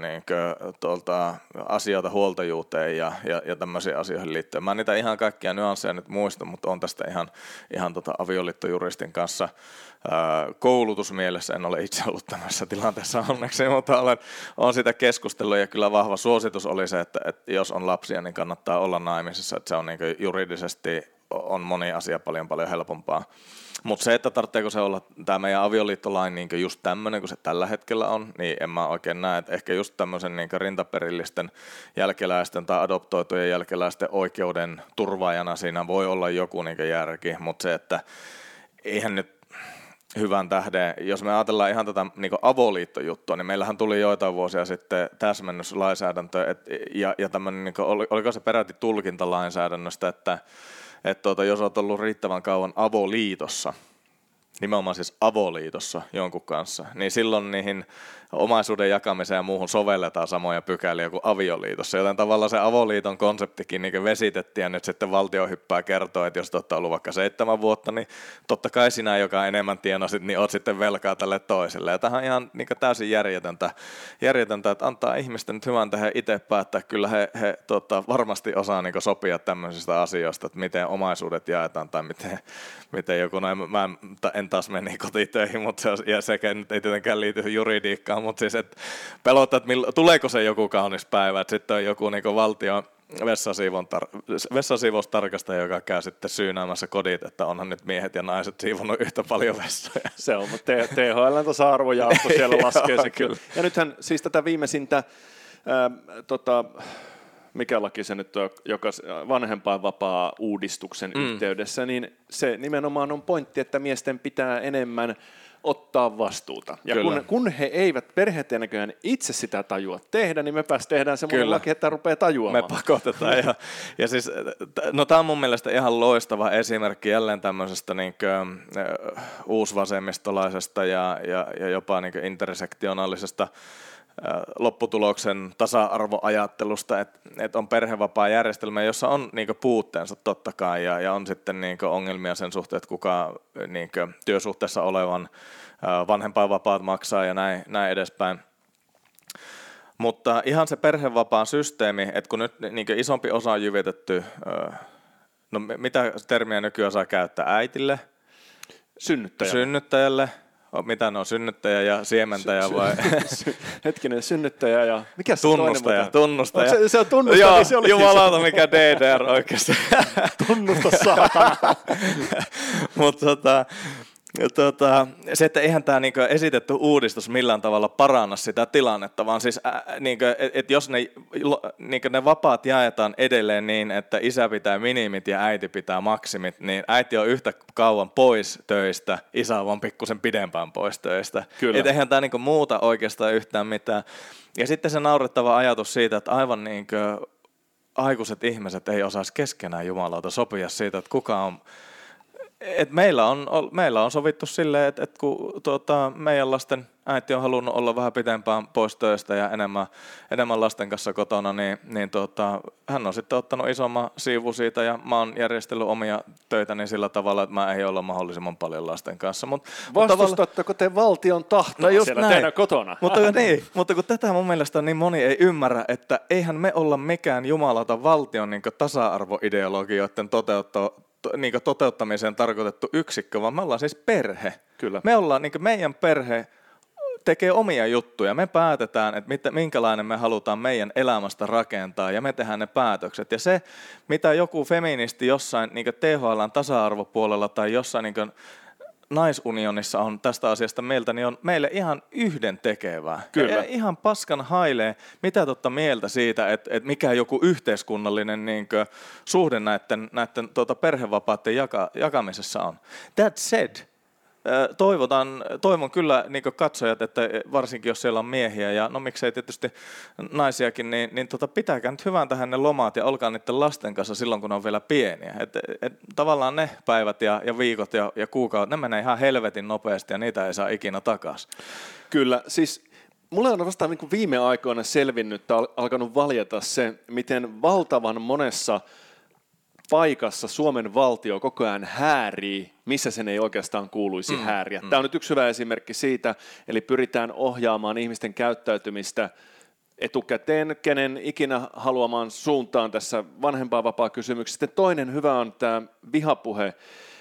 asioita huoltajuuteen ja tämmöisiin asioihin liittyen. Mä en niitä ihan kaikkia nyansseja nyt muista, mutta on tästä ihan avioliittojuristin kanssa koulutusmielessä. En ole itse ollut tämmöisessä tilanteessa onneksi, mutta olen sitä keskustellut ja kyllä vahva suositus oli se, että jos on lapsia, niin kannattaa olla naimisissa, että se on niin juridisesti on moni asia paljon helpompaa. Mutta se, että tarvitseeko se olla tämä meidän avioliittolain niin just tämmöinen kuin se tällä hetkellä on, niin en mä oikein näe, että ehkä just tämmöisen niin rintaperillisten jälkeläisten tai adoptoitujen jälkeläisten oikeuden turvaajana siinä voi olla joku niin järki, mutta se, että eihän nyt hyvän tähden, jos me ajatellaan ihan tätä niin avoliittojuttua, niin meillähän tuli joitain vuosia sitten täsmennyslainsäädäntö ja tämmöinen, niin oliko se peräti tulkintalainsäädännöstä, että jos olet ollut riittävän kauan avoliitossa, nimenomaan siis avoliitossa jonkun kanssa, niin silloin niihin omaisuuden jakamiseen ja muuhun sovelletaan samoja pykäliä kuin avioliitossa, joten tavallaan se avoliiton konseptikin niin vesitettiin ja nyt sitten valtio hyppää kertoo, että jos olette ollut vaikka 7 vuotta, niin totta kai sinä, joka enemmän tienasit, niin olet sitten velkaa tälle toiselle. Ja tämähän on ihan niin täysin järjetöntä, että antaa ihmisten nyt hyvän tähän itse päättää. Kyllä he varmasti osaa niin sopia tämmöisistä asioista, että miten omaisuudet jaetaan tai miten joku näin. Mä en taas mene niin kotitöihin, mutta sekä nyt ei tietenkään liity juridiikkaan, mutta siis että pelottaa, että tuleeko se joku kaunis päivä, että sitten on joku niin valtion vessasiivoustarkastaja, joka käy sitten syynäämässä kodit, että onhan nyt miehet ja naiset siivonnut yhtä paljon vessoja. Se on, mutta THL:n tasa-arvojaosto siellä laskee se kyllä. Ja nythän siis tätä viimeisintä, mikä laki se nyt on, joka vanhempainvapaa-uudistuksen yhteydessä, niin se nimenomaan on pointti, että miesten pitää enemmän ottaa vastuuta. Ja kun he eivät perheet näköjään itse sitä tajua tehdä, niin me tehdään semmoinen laki, että rupeaa tajuamaan. Me pakotetaan. ja siis, no tämä on mun mielestä ihan loistava esimerkki jälleen tämmöisestä uusvasemmistolaisesta ja jopa intersektionaalisesta lopputuloksen tasa-arvoajattelusta, että on perhevapaajärjestelmä, jossa on puutteensa totta kai ja on sitten ongelmia sen suhteen, että kuka työsuhteessa olevan vanhempainvapaat maksaa ja näin edespäin. Mutta ihan se perhevapaan systeemi, että kun nyt isompi osa on jyvitetty, no mitä termiä nykyään saa käyttää, äitille? Synnyttäjälle. Mitä ne on, synnyttäjä ja siementäjä vai? Hetkinen, synnyttäjä ja... Mikä se tunnustaja. Se on tunnustaja. Joo, niin se jumalauta, mikä DDR oikeasti. Tunnusta saatana. Mutta se, että eihän tämä esitetty uudistus millään tavalla paranna sitä tilannetta, vaan siis, että jos ne vapaat jaetaan edelleen niin, että isä pitää minimit ja äiti pitää maksimit, niin äiti on yhtä kauan pois töistä, isä on vaan pikkusen pidempään pois töistä. Että eihän tämä muuta oikeastaan yhtään mitään. Ja sitten se naurettava ajatus siitä, että aivan aikuiset ihmiset ei osaisi keskenään jumalauta sopia siitä, että kuka on... Et meillä on sovittu silleen, että kun meidän lasten äiti on halunnut olla vähän pitempään pois töistä ja enemmän lasten kanssa kotona, niin hän on sitten ottanut isomman siivun siitä ja mä oon järjestellyt omia töitäni sillä tavalla, että mä ei olla mahdollisimman paljon lasten kanssa. Vastustatteko te valtion tahtoa siellä teidän kotona? Mutta kun tätä mun mielestä niin moni ei ymmärrä, että eihän me olla mikään jumalauta valtion tasa-arvoideologioiden toteuttamiseen tarkoitettu yksikkö, vaan me ollaan siis perhe. Kyllä. Me ollaan, meidän perhe tekee omia juttuja. Me päätetään, että minkälainen me halutaan meidän elämästä rakentaa, ja me tehdään ne päätökset. Ja se, mitä joku feministi jossain THL:n tasa-arvopuolella tai jossain naisunionissa on tästä asiasta mieltä, niin on meille ihan yhdentekevää. Kyllä. Ja ihan paskan hailee, mitä mieltä siitä, että mikä joku yhteiskunnallinen suhde näiden perhevapaiden jakamisessa on. That said, toivon kyllä katsojat, että varsinkin jos siellä on miehiä ja no miksei tietysti naisiakin, niin pitääkää nyt hyvän tähän ne lomat ja olkaa niiden lasten kanssa silloin, kun ne on vielä pieniä. Et tavallaan ne päivät ja viikot ja kuukaudet, ne menee ihan helvetin nopeasti ja niitä ei saa ikinä takaisin. Kyllä, siis mulle on vasta niin kuin viime aikoina selvinnyt tai alkanut valjeta se, miten valtavan monessa paikassa Suomen valtio koko ajan häärii, missä sen ei oikeastaan kuuluisi hääriä. Tämä on nyt yksi hyvä esimerkki siitä, eli pyritään ohjaamaan ihmisten käyttäytymistä etukäteen, kenen ikinä haluamaan suuntaan tässä vanhempainvapaa-kysymyksessä. Sitten toinen hyvä on tämä vihapuhe,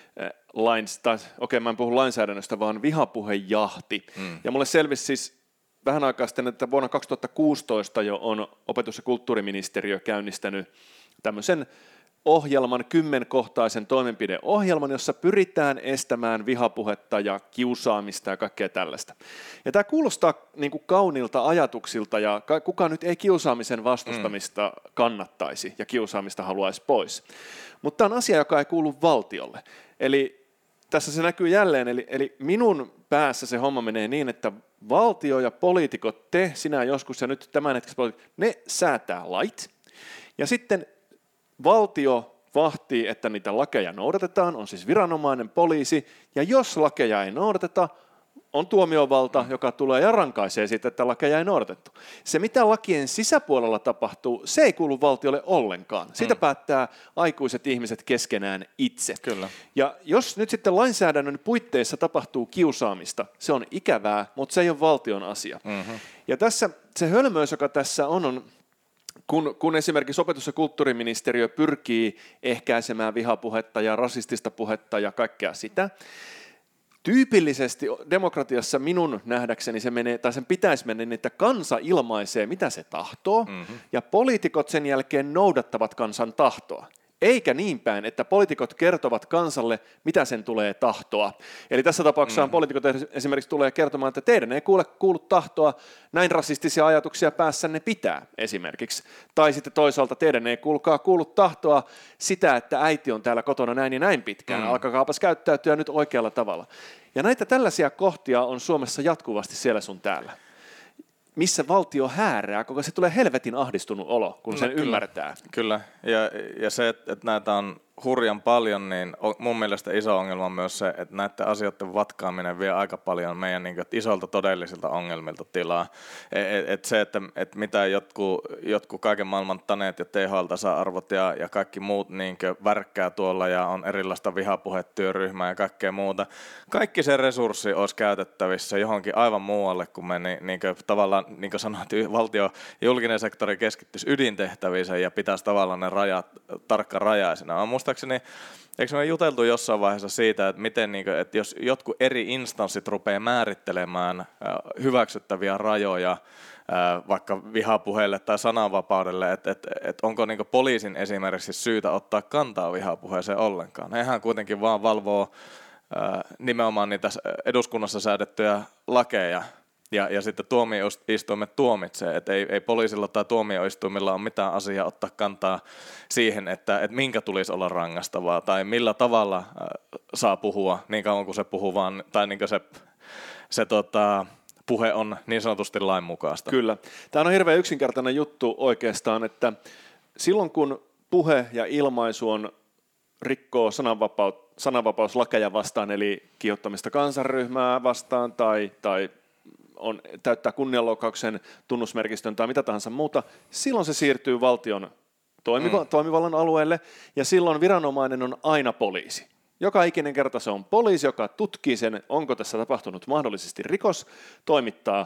mä en puhu lainsäädännöstä, vaan vihapuhejahti. Ja mulle selvisi siis vähän aikaa sitten, että vuonna 2016 jo on opetus- ja kulttuuriministeriö käynnistänyt tämmöisen ohjelman, 10-kohtaisen toimenpideohjelman, jossa pyritään estämään vihapuhetta ja kiusaamista ja kaikkea tällaista. Ja tämä kuulostaa niin kuin kauniilta ajatuksilta, ja kukaan nyt ei kiusaamisen vastustamista kannattaisi ja kiusaamista haluaisi pois. Mutta tämä on asia, joka ei kuulu valtiolle. Eli tässä se näkyy jälleen, eli minun päässä se homma menee niin, että valtio ja poliitikot, sinä joskus ja nyt tämänhetkiset poliitikot, ne säätää lait, ja sitten valtio vahtii, että niitä lakeja noudatetaan, on siis viranomainen, poliisi, ja jos lakeja ei noudateta, on tuomiovalta, joka tulee ja rankaisee siitä, että lakeja ei noudatettu. Se, mitä lakien sisäpuolella tapahtuu, se ei kuulu valtiolle ollenkaan. Siitä päättää aikuiset ihmiset keskenään itse. Kyllä. Ja jos nyt sitten lainsäädännön puitteissa tapahtuu kiusaamista, se on ikävää, mutta se ei ole valtion asia. Ja tässä se hölmöys, joka tässä on kun esimerkiksi opetus- ja kulttuuriministeriö pyrkii ehkäisemään vihapuhetta ja rasistista puhetta ja kaikkea sitä, tyypillisesti demokratiassa minun nähdäkseni se menee, tai sen pitäisi mennä niin, että kansa ilmaisee, mitä se tahtoo, ja poliitikot sen jälkeen noudattavat kansan tahtoa. Eikä niin päin, että poliitikot kertovat kansalle, mitä sen tulee tahtoa. Eli tässä tapauksessa poliitikot esimerkiksi tulee kertomaan, että teidän ei kuulu tahtoa, näin rasistisia ajatuksia päässänne pitää esimerkiksi. Tai sitten toisaalta teidän ei kuulu tahtoa sitä, että äiti on täällä kotona näin ja näin pitkään, alkakaapas käyttäytyä nyt oikealla tavalla. Ja näitä tällaisia kohtia on Suomessa jatkuvasti siellä sun täällä, missä valtio häärää, koska se tulee helvetin ahdistunut olo, kun sen ymmärtää. Kyllä, ja se, että näitä on hurjan paljon, niin mun mielestä iso ongelma on myös se, että näiden asioiden vatkaaminen vie aika paljon meidän niin kuin, isolta todellisilta ongelmilta tilaa. Se, että mitä jotkut kaiken maailman taneet ja THL-tasa-arvot ja kaikki muut niin kuin, värkkää tuolla ja on erilaista vihapuhetyöryhmää ja kaikkea muuta. Kaikki se resurssi olisi käytettävissä johonkin aivan muualle, kun me niin kuin, tavallaan, niin kuin sanoit, valtio julkinen sektori keskittyisi ydintehtäviinsä ja pitäisi tavallaan ne rajat tarkkarajaisena. Muistaakseni, eikö me juteltu jossain vaiheessa siitä, että miten, että jos jotkut eri instanssit rupeaa määrittelemään hyväksyttäviä rajoja vaikka vihapuheelle tai sananvapaudelle, että onko poliisin esimerkiksi syytä ottaa kantaa vihapuheeseen ollenkaan. Nehän kuitenkin vaan valvoo nimenomaan niitä eduskunnassa säädettyjä lakeja. Ja sitten tuomioistuimet tuomitsee, että ei poliisilla tai tuomioistuimilla ole mitään asiaa ottaa kantaa siihen, että minkä tulisi olla rangaistavaa tai millä tavalla saa puhua niin kauan kuin se puhuu vaan, tai niin kuin se puhe on niin sanotusti lainmukaista. Kyllä. Tämä on hirveän yksinkertainen juttu oikeastaan, että silloin kun puhe ja ilmaisu on rikkoo sananvapauslakeja vastaan, eli kiihottamista kansanryhmää vastaan tai täyttää kunnianloukkauksen tunnusmerkistön tai mitä tahansa muuta, silloin se siirtyy valtion toimivallan alueelle, ja silloin viranomainen on aina poliisi. Joka ikinen kerta se on poliisi, joka tutkii sen, onko tässä tapahtunut mahdollisesti rikos, toimittaa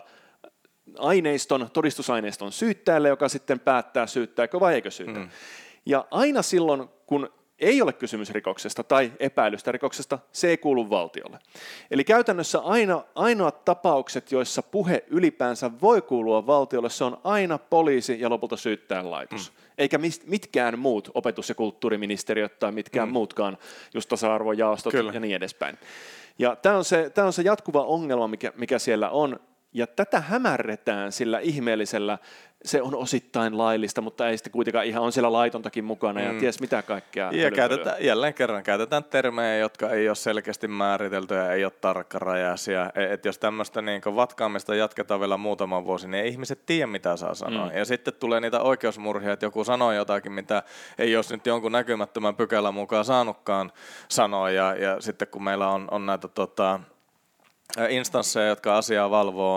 todistusaineiston syyttäjälle, joka sitten päättää, syyttääkö vai eikö syytä. Ja aina silloin, kun ei ole kysymys rikoksesta tai epäilystä rikoksesta, se ei kuulu valtiolle. Eli käytännössä ainoat tapaukset, joissa puhe ylipäänsä voi kuulua valtiolle, se on aina poliisi ja lopulta syyttäjänlaitos. Eikä mitkään muut opetus- ja kulttuuriministeriöt tai mitkään muutkaan, just tasa-arvojaostot ja niin edespäin. Ja tämä on se jatkuva ongelma, mikä siellä on. Ja tätä hämärretään sillä ihmeellisellä, se on osittain laillista, mutta ei sitten kuitenkaan ihan, on siellä laitontakin mukana ja ties mitä kaikkea. Ja jälleen kerran käytetään termejä, jotka ei ole selkeästi määritelty ja ei ole tarkkarajaisia. Et jos tämmöistä niin vatkaamista jatketaan vielä muutaman vuosi, niin ei ihmiset tiedä, mitä saa sanoa. Ja sitten tulee niitä oikeusmurhia, että joku sanoo jotakin, mitä ei olisi nyt jonkun näkymättömän pykälän mukaan saanutkaan sanoa. Ja sitten kun meillä on näitä instansseja, jotka asiaa valvoo,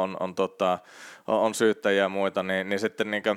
on syyttäjiä ja muita, niin sitten niin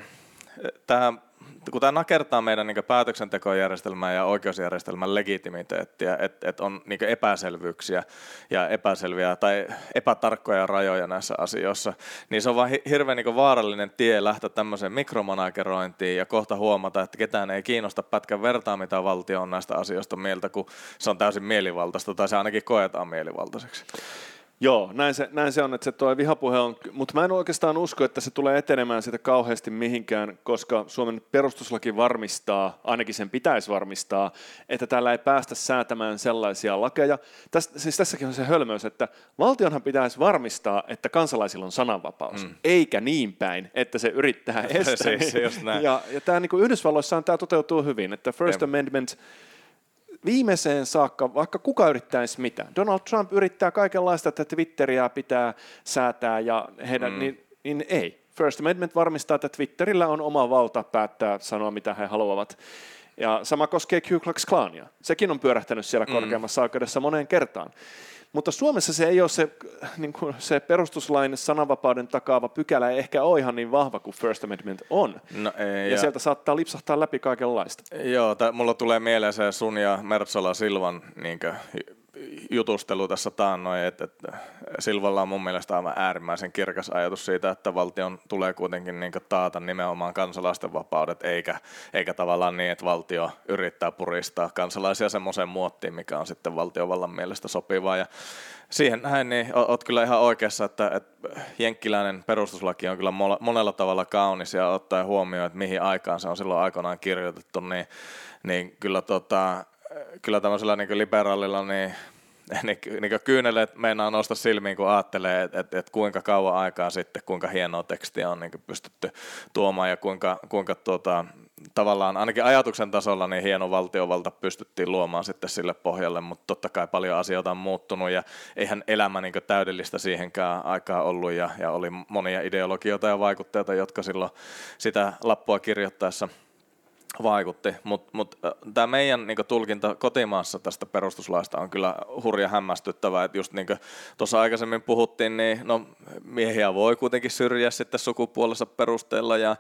kun tämä nakertaa meidän niin päätöksentekojärjestelmää ja oikeusjärjestelmän legitimiteettiä, että on niin epäselvyyksiä ja epäselviä tai epätarkkoja rajoja näissä asioissa, niin se on vaan hirveän niin vaarallinen tie lähteä tämmöiseen mikromanagerointiin ja kohta huomata, että ketään ei kiinnosta pätkän vertaa, mitä valtio on näistä asioista mieltä, kun se on täysin mielivaltaista tai se ainakin koetaan mielivaltaiseksi. Joo, näin se on, että se tuo vihapuhe on, mutta mä en oikeastaan usko, että se tulee etenemään sitä kauheasti mihinkään, koska Suomen perustuslaki varmistaa, ainakin sen pitäisi varmistaa, että täällä ei päästä säätämään sellaisia lakeja. Siis tässäkin on se hölmöys, että valtionhan pitäisi varmistaa, että kansalaisilla on sananvapaus, eikä niin päin, että se yrittää estää. Ja tämä niin kuin Yhdysvalloissaan tämä toteutuu hyvin, että First Amendment viimeiseen saakka, vaikka kuka yrittäisi mitä. Donald Trump yrittää kaikenlaista, että Twitteriä pitää säätää ja heidän, niin ei. First Amendment varmistaa, että Twitterillä on oma valta päättää sanoa, mitä he haluavat. Ja sama koskee Ku Klux Klania. Sekin on pyörähtänyt siellä korkeammassa oikeudessa moneen kertaan. Mutta Suomessa se ei ole niin kuin se perustuslain sananvapauden takaava pykälä ei ehkä ole ihan niin vahva kuin First Amendment on. No ei, ja sieltä saattaa lipsahtaa läpi kaikenlaista. Joo, mulla tulee mieleen se sun ja Mertsola Silvan niinkö jutustelu tässä taannoin, että Silvalla on mun mielestä aivan äärimmäisen kirkas ajatus siitä, että valtion tulee kuitenkin niin taata nimenomaan kansalaisten vapaudet, eikä tavallaan niin, että valtio yrittää puristaa kansalaisia semmoiseen muottiin, mikä on sitten valtiovallan mielestä sopivaa. Ja siihen näin, niin oot kyllä ihan oikeassa, että jenkkiläinen perustuslaki on kyllä monella tavalla kaunis ja ottaen huomioon, että mihin aikaan se on silloin aikoinaan kirjoitettu, niin kyllä tämmöisellä niin liberaalilla niin kyyneleet meinaa nousta silmiin, kun ajattelee, että kuinka kauan aikaa sitten, kuinka hienoa tekstiä on niin pystytty tuomaan ja kuinka tavallaan ainakin ajatuksen tasolla niin hieno valtiovalta pystyttiin luomaan sitten sille pohjalle, mutta totta kai paljon asioita on muuttunut ja eihän elämä niin täydellistä siihenkään aikaa ollut ja oli monia ideologioita ja vaikutteita, jotka silloin sitä lappua kirjoittaessa vaikutti, mutta tämä meidän niinku tulkinta kotimaassa tästä perustuslaista on kyllä hurja hämmästyttävää, että just niin kuin tuossa aikaisemmin puhuttiin, niin no, miehiä voi kuitenkin syrjiä sitten sukupuolensa perusteella ja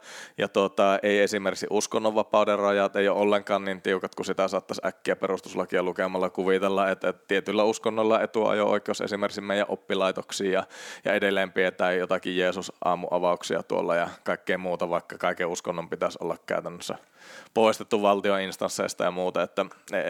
ei esimerkiksi uskonnonvapauden rajat ei ole ollenkaan niin tiukat, kun sitä saattaisi äkkiä perustuslakia lukemalla kuvitella, että tietyllä uskonnolla etuajo-oikeus esimerkiksi meidän oppilaitoksiin ja edelleen pidetään jotakin Jeesus-aamuavauksia tuolla ja kaikkea muuta, vaikka kaiken uskonnon pitäisi olla käytännössä poistettu valtioinstansseista ja muuta, että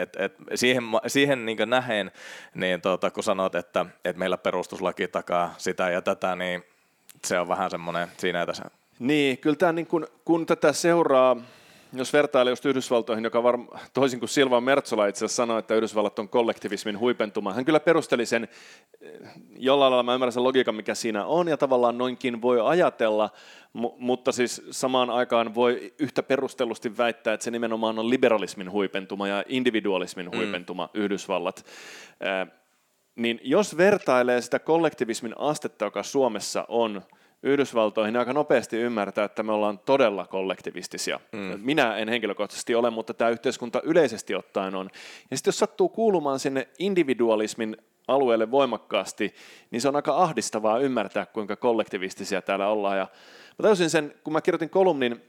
siihen niin nähen, niin kun sanot, että meillä perustuslaki takaa sitä ja tätä, niin se on vähän semmoinen siinä tässä. Niin, kyllä tämä niin kun tätä seuraa, jos vertailee just Yhdysvaltoihin, joka toisin kuin Silva Mertsola itse asiassa sanoi, että Yhdysvallat on kollektivismin huipentuma. Hän kyllä perusteli sen, jollain lailla mä ymmärrän sen logiikan, mikä siinä on, ja tavallaan noinkin voi ajatella, mutta siis samaan aikaan voi yhtä perustellusti väittää, että se nimenomaan on liberalismin huipentuma ja individualismin huipentuma Yhdysvallat. Niin jos vertailee sitä kollektivismin astetta, joka Suomessa on Yhdysvaltoihin, aika nopeasti ymmärtää, että me ollaan todella kollektivistisia. Minä en henkilökohtaisesti ole, mutta tämä yhteiskunta yleisesti ottaen on. Ja sitten jos sattuu kuulumaan sinne individualismin alueelle voimakkaasti, niin se on aika ahdistavaa ymmärtää, kuinka kollektivistisia täällä ollaan. Ja mä tajusin sen, kun mä kirjoitin kolumnin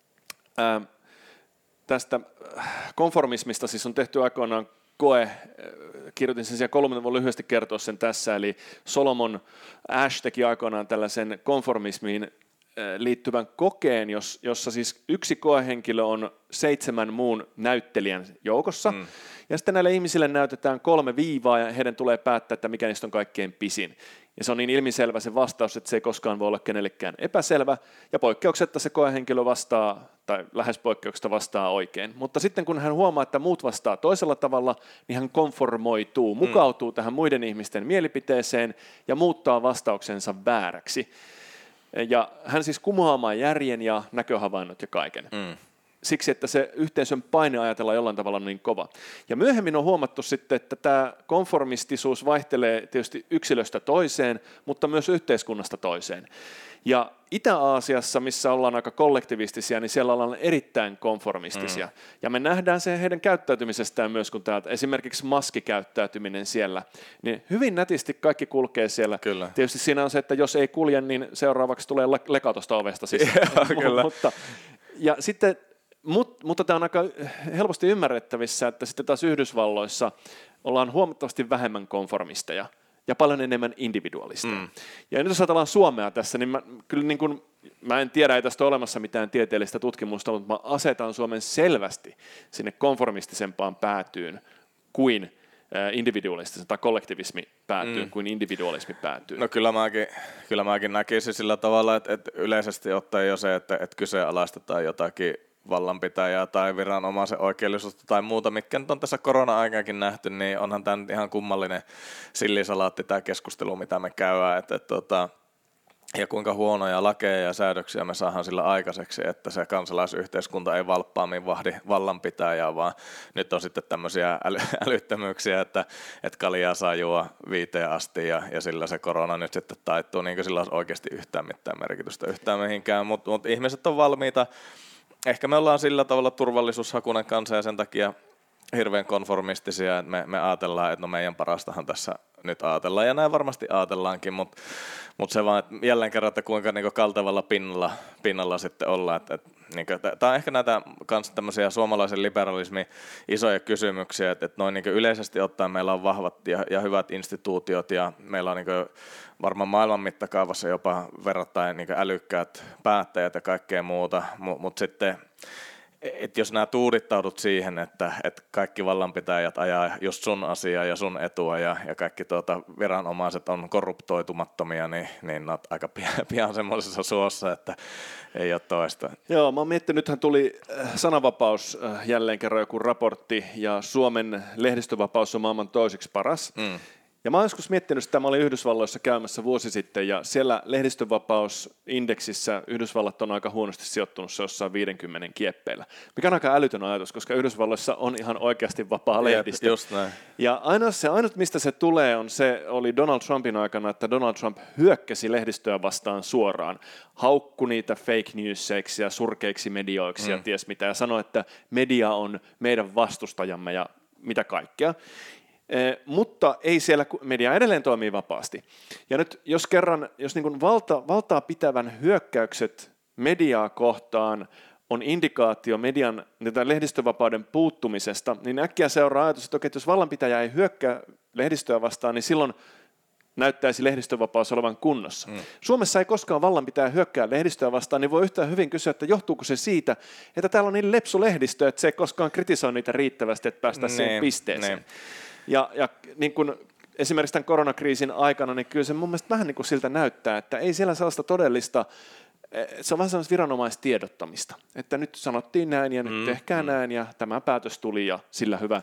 tästä konformismista, siis on tehty aikoinaan koe, kirjoitin sen siellä kolumnin, voin lyhyesti kertoa sen tässä, eli Solomon Ash teki aikoinaan tällaisen konformismiin liittyvän kokeen, jossa siis yksi koehenkilö on 7 muun näyttelijän joukossa, ja sitten näille ihmisille näytetään 3 viivaa, ja heidän tulee päättää, että mikä niistä on kaikkein pisin. Ja se on niin ilmiselvä se vastaus, että se ei koskaan voi olla kenellekään epäselvä, ja poikkeuksetta se koehenkilö vastaa, tai lähes poikkeuksetta vastaa oikein. Mutta sitten kun hän huomaa, että muut vastaa toisella tavalla, niin hän konformoituu, mukautuu tähän muiden ihmisten mielipiteeseen, ja muuttaa vastauksensa vääräksi. Ja hän siis kumoamaan järjen ja näköhavainnot ja kaiken. siksi, että se yhteisön paine ajatellaan jollain tavalla niin kova. Ja myöhemmin on huomattu sitten, että tämä konformistisuus vaihtelee tietysti yksilöstä toiseen, mutta myös yhteiskunnasta toiseen. Ja Itä-Aasiassa, missä ollaan aika kollektivistisia, niin siellä ollaan erittäin konformistisia. Ja me nähdään se heidän käyttäytymisestään myös, kun täältä esimerkiksi maskikäyttäytyminen siellä, niin hyvin nätisti kaikki kulkee siellä. Kyllä. Tietysti siinä on se, että jos ei kulje, niin seuraavaksi tulee leka tuosta ovesta sisään. Kyllä. Ja sitten, mutta tämä on aika helposti ymmärrettävissä, että sitten taas Yhdysvalloissa ollaan huomattavasti vähemmän konformisteja ja paljon enemmän individualisteja. Ja nyt jos ajatellaan Suomea tässä, niin mä en tiedä, ei tästä ole olemassa mitään tieteellistä tutkimusta, mutta mä asetan Suomen selvästi sinne konformistisempaan päätyyn kuin individualistisen tai kollektivismi päätyy kuin individualismi päätyy. No kyllä mäkin näkisin sillä tavalla, että yleisesti ottaen jo se, että kyseenalaistetaan jotakin vallanpitäjää tai viranomaisen oikeellisuutta tai muuta, mitkä nyt on tässä korona-aikaankin nähty, niin onhan tämä nyt ihan kummallinen sillisalaatti tämä keskustelu, mitä me käydään, ja kuinka huonoja lakeja ja säädöksiä me saadaan sillä aikaiseksi, että se kansalaisyhteiskunta ei valppaammin vahdi vallanpitäjää, vaan nyt on sitten tämmöisiä älyttömyyksiä, että kaljaa saa juo 5 asti ja sillä se korona nyt sitten taittuu, niin kuin sillä olisi oikeasti yhtään mitään merkitystä yhtään mihinkään, mutta ihmiset on valmiita. Ehkä me ollaan sillä tavalla turvallisuushakunen kansa ja sen takia hirveän konformistisia, että me ajatellaan, että no meidän parastahan tässä nyt ajatellaan, ja näin varmasti ajatellaankin, mutta se vaan, että jälleen kerran, että kuinka niin kaltevalla pinnalla sitten ollaan. Tämä on ehkä näitä kans tämmöisiä suomalaisen liberalismin isoja kysymyksiä, että noin niin yleisesti ottaen meillä on vahvat ja hyvät instituutiot, ja meillä on niin varmaan maailman mittakaavassa jopa verrattain niin älykkäät päättäjät ja kaikkea muuta, mutta sitten että jos nämä tuudittaudut siihen, että kaikki vallanpitäjät ajaa just sun asiaa ja sun etua ja kaikki viranomaiset on korruptoitumattomia, niin olet aika pian semmoisessa suossa, että ei ole toista. Joo, mä oon miettinyt, nythän tuli sananvapaus jälleen kerran joku raportti, ja Suomen lehdistövapaus on maailman toiseksi paras. Ja mä oon joskus miettinyt sitä, mä olin Yhdysvalloissa käymässä vuosi sitten, ja siellä lehdistövapausindeksissä Yhdysvallat on aika huonosti sijoittunut, se jossain 50 kieppeillä. Mikä on aika älytön ajatus, koska Yhdysvalloissa on ihan oikeasti vapaa lehdistö. Just näin. Ja ainut mistä se tulee, oli Donald Trumpin aikana, että Donald Trump hyökkäsi lehdistöä vastaan suoraan, haukkui niitä fake newseiksi ja surkeiksi medioiksi ja ties mitä, ja sanoi, että media on meidän vastustajamme ja mitä kaikkea. Mutta ei siellä, media edelleen toimii vapaasti. Ja nyt jos niin kuin valtaa pitävän hyökkäykset mediaa kohtaan on indikaatio median lehdistövapauden puuttumisesta, niin äkkiä seuraa ajatus, että jos vallanpitäjä ei hyökkää lehdistöä vastaan, niin silloin näyttäisi lehdistövapaus olevan kunnossa. Suomessa ei koskaan vallanpitäjä hyökkää lehdistöä vastaan, niin voi yhtään hyvin kysyä, että johtuuko se siitä, että täällä on niin lepsu lehdistö, että se ei koskaan kritisoi niitä riittävästi, että päästään siihen pisteeseen. Ja niin kuin esimerkiksi tämän koronakriisin aikana, niin kyllä se mun mielestä vähän niin kuin siltä näyttää, että ei siellä sellaista todellista, se on vähän sellaista viranomaistiedottamista, että nyt sanottiin näin ja nyt tehkää näin ja tämä päätös tuli ja sillä hyvä.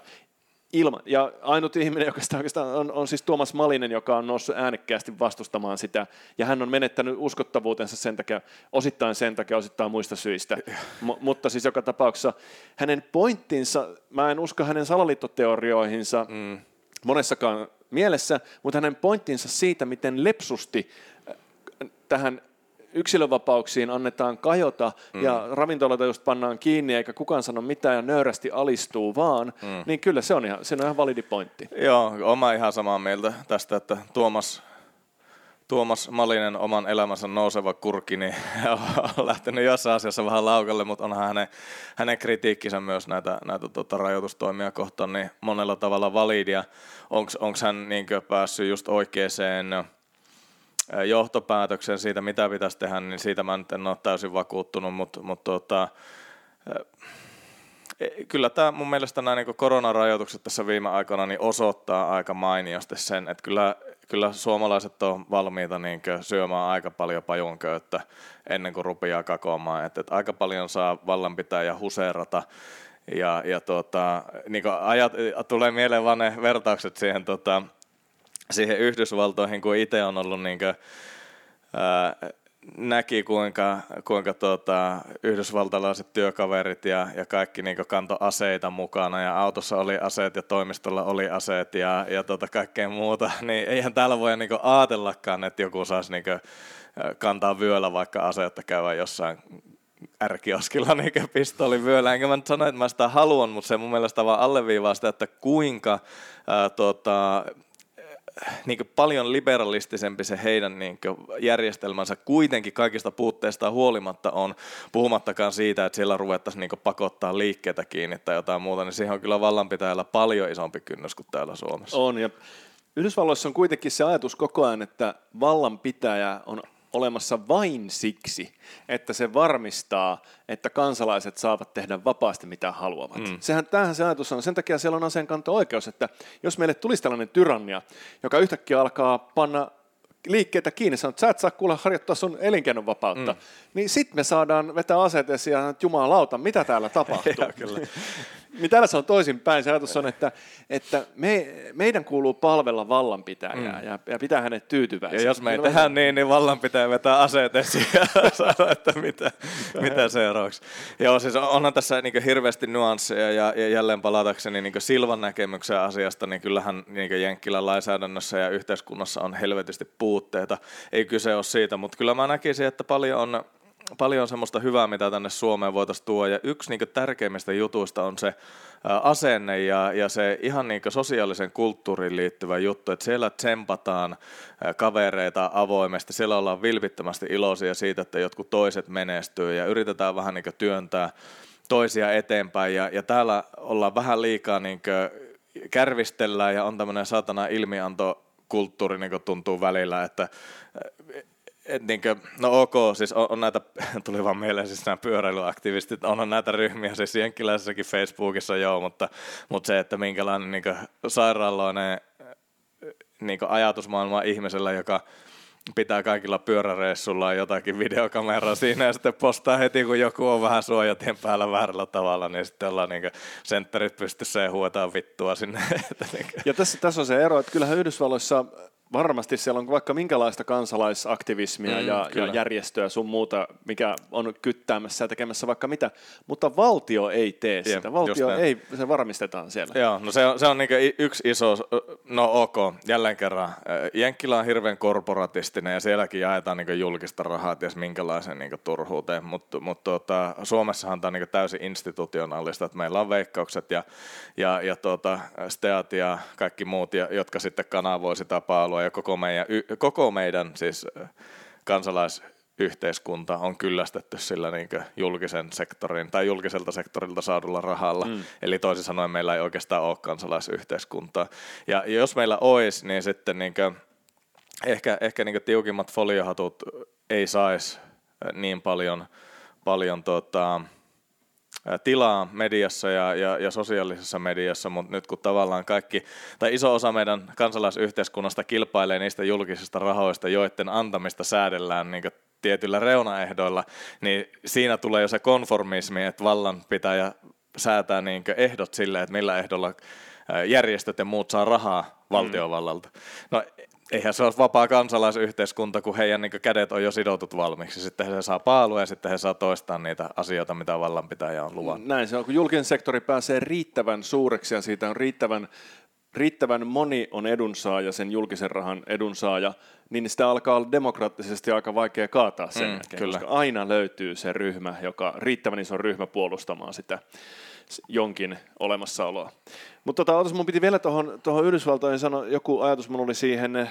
Ja ainut ihminen, joka sitä oikeastaan on siis Tuomas Malinen, joka on noussut äänekkäästi vastustamaan sitä, ja hän on menettänyt uskottavuutensa osittain muista syistä. Mutta siis joka tapauksessa hänen pointtinsa, mä en usko hänen salaliittoteorioihinsa monessakaan mielessä, mutta hänen pointtinsa siitä, miten lepsusti tähän yksilövapauksiin annetaan kajota ja ravintoloita just pannaan kiinni eikä kukaan sano mitään ja nöyrästi alistuu vaan, niin kyllä se on ihan validi pointti. Joo, oma ihan samaa mieltä tästä, että Tuomas Malinen oman elämänsä nouseva kurki, niin on lähtenyt jossain asiassa vähän laukalle, mutta onhan hänen kritiikkinsä myös näitä rajoitustoimia kohtaan niin monella tavalla validia. Onko hän niinkö päässyt just oikeaan johtopäätöksen siitä, mitä pitäisi tehdä, niin siitä mä nyt en ole täysin vakuuttunut, mutta kyllä tämä mun mielestä nämä niin koronarajoitukset tässä viime aikoina niin osoittaa aika mainiosti sen, että kyllä suomalaiset on valmiita niin syömään aika paljon pajunköyttä ennen kuin rupeaa kakoamaan, että aika paljon saa vallanpitää ja huseerata. Ja niin tulee mieleen vaan ne vertaukset siihen Yhdysvaltoihin, kun itse on ollut näki, kuinka yhdysvaltalaiset työkaverit ja kaikki niin kantoi aseita mukana ja autossa oli aseet ja toimistolla oli aseet ja kaikkea muuta, niin eihän täällä voi niin ajatellakaan, että joku saisi niin kantaa vyöllä vaikka aseetta käydä jossain ärkioskilla niin pistoolin vyöllä. Enkä mä nyt sano, että mä sitä haluan, mutta se mun mielestä vaan alleviivaa sitä, että kuinka niin paljon liberalistisempi se heidän niin järjestelmänsä kuitenkin kaikista puutteista huolimatta on, puhumattakaan siitä, että siellä ruvettaisiin niin pakottaa liikkeitä kiinni tai jotain muuta, niin siihen on kyllä vallanpitäjällä paljon isompi kynnys kuin täällä Suomessa. On, ja Yhdysvalloissa on kuitenkin se ajatus koko ajan, että vallanpitäjä on olemassa vain siksi, että se varmistaa, että kansalaiset saavat tehdä vapaasti mitä haluavat. Tämähän se ajatus on. Sen takia siellä on aseenkanto-oikeus, että jos meille tulisi tällainen tyrannia, joka yhtäkkiä alkaa panna liikkeitä kiinni, sanoo, että sä et saa kuule harjoittaa sun elinkeinonvapautta, niin sitten me saadaan vetää aseet esiin ja jumalauta, mitä täällä tapahtuu. Niin täällä se on toisinpäin. Se ajatus on, että meidän kuuluu palvella vallanpitäjää ja pitää hänet tyytyväisenä. Ja jos me ei tehdä niin vallanpitäjä vetää aseet esiin ja sanoo, että mitä seuraavaksi. Joo, siis onhan tässä niin hirveästi nuansseja ja jälleen palatakseni niin Silvan näkemyksen asiasta, niin kyllähän niin Jenkkilän lainsäädännössä ja yhteiskunnassa on helvetisti puutteita. Ei kyse ole siitä, mutta kyllä mä näkisin, että paljon on semmoista hyvää, mitä tänne Suomeen voitaisiin tuoda, ja yksi niin tärkeimmistä jutuista on se asenne ja se ihan niin sosiaalisen kulttuuriin liittyvä juttu, että siellä tsempataan kavereita avoimesti, siellä ollaan vilpittömästi iloisia siitä, että jotkut toiset menestyy, ja yritetään vähän niin työntää toisia eteenpäin, ja täällä ollaan vähän liikaa niin kärvistellään, ja on tämmöinen satana ilmiantokulttuuri niin tuntuu välillä, että no ok, siis on näitä, tuli vaan mieleen siis nämä pyöräilyaktivistit, on näitä ryhmiä siis jenkkiläisessäkin Facebookissa joo, mutta se, että minkälainen niin sairaaloinen niin ajatusmaailma ihmisellä, joka pitää kaikilla pyöräreissulla jotakin videokameraa siinä ja sitten postaa heti, kun joku on vähän suojatien päällä väärällä tavalla, niin sitten ollaan niin sentterit pystyssä ja huuetaan vittua sinne. Ja tässä on se ero, että kyllähän Yhdysvalloissa varmasti siellä on vaikka minkälaista kansalaisaktivismia ja järjestöä sun muuta, mikä on kyttäämässä ja tekemässä vaikka mitä, mutta valtio ei tee sitä. Valtio ei, se varmistetaan siellä. Joo, no se on niinku yksi iso, no ok, jälleen kerran. Jenkkilä on hirveän korporatistinen ja sielläkin jaetaan niinku julkista rahaa, ties minkälaisen niinku turhuuteen, mutta Suomessahan tämä on niinku täysin institutionaalista, että meillä on Veikkaukset ja Steat ja kaikki muut, jotka sitten kanavoi sitä paalua. Ja koko meidän siis kansalaisyhteiskunta on kyllästetty sillä niin julkisen sektorin tai julkiselta sektorilta saadulla rahalla. Eli toisin sanoen meillä ei oikeastaan ole kansalaisyhteiskuntaa. Ja jos meillä olisi, niin sitten niin ehkä niin tiukimmat foliohatut ei saisi niin paljon tilaa mediassa ja sosiaalisessa mediassa, mutta nyt kun tavallaan kaikki, tai iso osa meidän kansalaisyhteiskunnasta kilpailee niistä julkisista rahoista, joiden antamista säädellään niin tietyillä reunaehdoilla, niin siinä tulee jo se konformismi, että vallanpitäjä säätää niin ehdot sille, että millä ehdolla järjestöt ja muut saa rahaa valtiovallalta. No eihän se ole vapaa kansalaisyhteiskunta, kun heidän niin kädet on jo sidotut valmiiksi. Sitten he saa paalua ja sitten he saa toistaa niitä asioita, mitä vallanpitäjä on luvannut. Näin se on, kun julkinen sektori pääsee riittävän suureksi ja siitä on riittävän moni on edunsaaja, sen julkisen rahan edunsaaja, niin sitä alkaa olla demokraattisesti aika vaikea kaataa sen jälkeen, koska aina löytyy se ryhmä, riittävän iso ryhmä puolustamaan sitä jonkin olemassaoloa. Mutta mun piti vielä tuohon Yhdysvaltoihin sanoa, joku ajatus mun oli siihen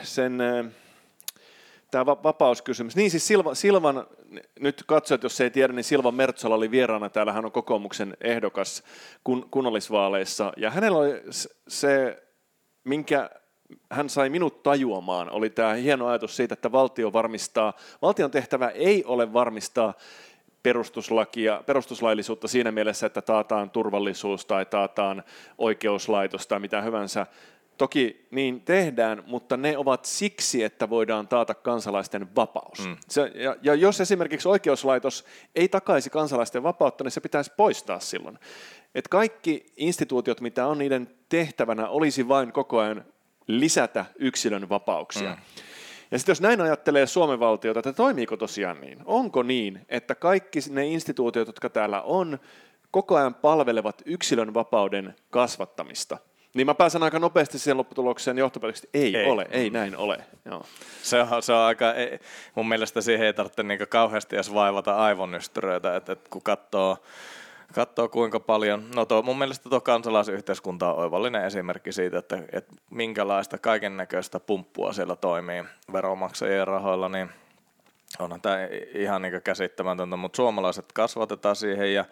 tämä vapauskysymys. Niin siis Silvan, nyt katsojat, jos ei tiedä, niin Silva Mertsola oli vieraana, täällä hän on kokoomuksen ehdokas kunnallisvaaleissa, ja hänellä oli se, minkä hän sai minut tajuamaan, oli tämä hieno ajatus siitä, että valtion tehtävä ei ole varmistaa perustuslaillisuutta siinä mielessä, että taataan turvallisuus tai taataan oikeuslaitos tai mitä hyvänsä. Toki niin tehdään, mutta ne ovat siksi, että voidaan taata kansalaisten vapaus. Ja jos esimerkiksi oikeuslaitos ei takaisi kansalaisten vapautta, niin se pitäisi poistaa silloin. Että kaikki instituutiot, mitä on niiden tehtävänä, olisi vain koko ajan lisätä yksilön vapauksia. Ja sitten jos näin ajattelee Suomen valtiota, että toimiiko tosiaan niin? Onko niin, että kaikki ne instituutiot, jotka täällä on, koko ajan palvelevat yksilön vapauden kasvattamista? Niin mä pääsen aika nopeasti siihen lopputulokseen johtopäätökseen, että ei näin ole. Joo. Se on aika, mun mielestä siihen ei tarvitse niin kauheasti edes vaivata aivonystyröitä, että kun katsoo kuinka paljon, mun mielestä tuo kansalaisyhteiskunta on oivallinen esimerkki siitä, että minkälaista kaiken näköistä pumppua siellä toimii veronmaksajien rahoilla, niin onhan tämä ihan niin käsittämätöntä, mutta suomalaiset kasvatetaan siihen ja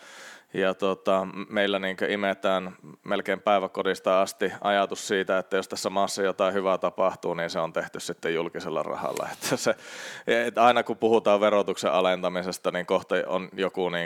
meillä niin imetään melkein päiväkodista asti ajatus siitä, että jos tässä maassa jotain hyvää tapahtuu, niin se on tehty sitten julkisella rahalla. Että aina kun puhutaan verotuksen alentamisesta, niin kohta on joku niin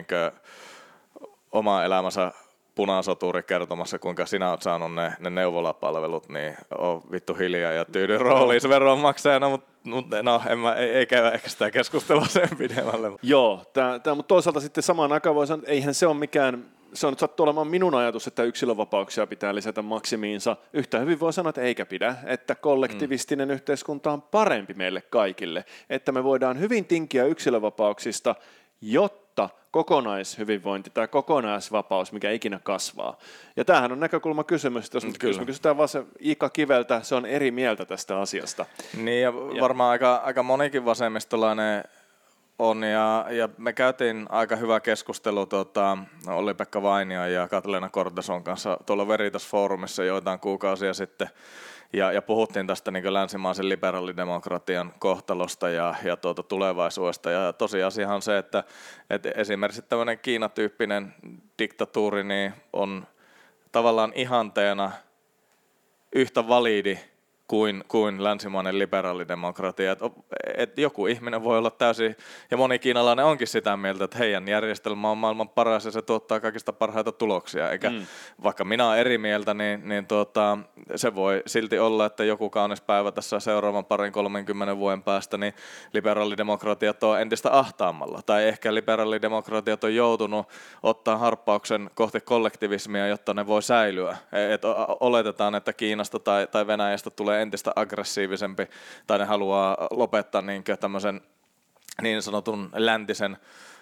oma elämänsä punasoturi kertomassa, kuinka sinä olet saanut ne neuvolapalvelut, niin on vittu hiljaa ja tyydyn rooliin veronmaksajana, mutta ei käydä ehkä sitä keskustelua sen pidemmälle. Joo, mutta toisaalta sitten samaan aikaan voi sanoa, että eihän se ole mikään, se on nyt sattuu olemaan minun ajatus, että yksilönvapauksia pitää lisätä maksimiinsa. Yhtä hyvin voi sanoa, että eikä pidä, että kollektivistinen yhteiskunta on parempi meille kaikille, että me voidaan hyvin tinkiä yksilönvapauksista, jotta kokonaishyvinvointi tai kokonaisvapaus, mikä ikinä kasvaa. Ja tämähän on näkökulmakysymys, että jos me kysytään vaan se Ika Kiveltä, se on eri mieltä tästä asiasta. Niin ja varmaan aika monikin vasemmistolainen on ja me käytiin aika hyvä keskustelu Olli-Pekka Vainion ja Katleena Korteson kanssa tuolla Veritas-foorumissa joitain kuukausia sitten. Ja puhuttiin tästä niin länsimaisen liberaalidemokratian kohtalosta ja tulevaisuudesta. Ja tosiasiahan on se, että esimerkiksi tämmöinen Kiina-tyyppinen diktatuuri niin on tavallaan ihanteena yhtä validi kuin länsimainen liberaalidemokratia. Et joku ihminen voi olla täysin, ja moni kiinalainen onkin sitä mieltä, että heidän järjestelmä on maailman paras ja se tuottaa kaikista parhaita tuloksia. Eikä vaikka minä olen eri mieltä, niin se voi silti olla, että joku kaunis päivä tässä seuraavan 20-30 vuoden päästä, niin liberaalidemokratiat on entistä ahtaammalla. Tai ehkä liberaalidemokratiat on joutunut ottaa harppauksen kohti kollektivismia, jotta ne voi säilyä. Oletetaan, että Kiinasta tai Venäjästä tulee entistä aggressiivisempi, tai ne haluaa lopettaa tämmöisen niin sanotun läntisen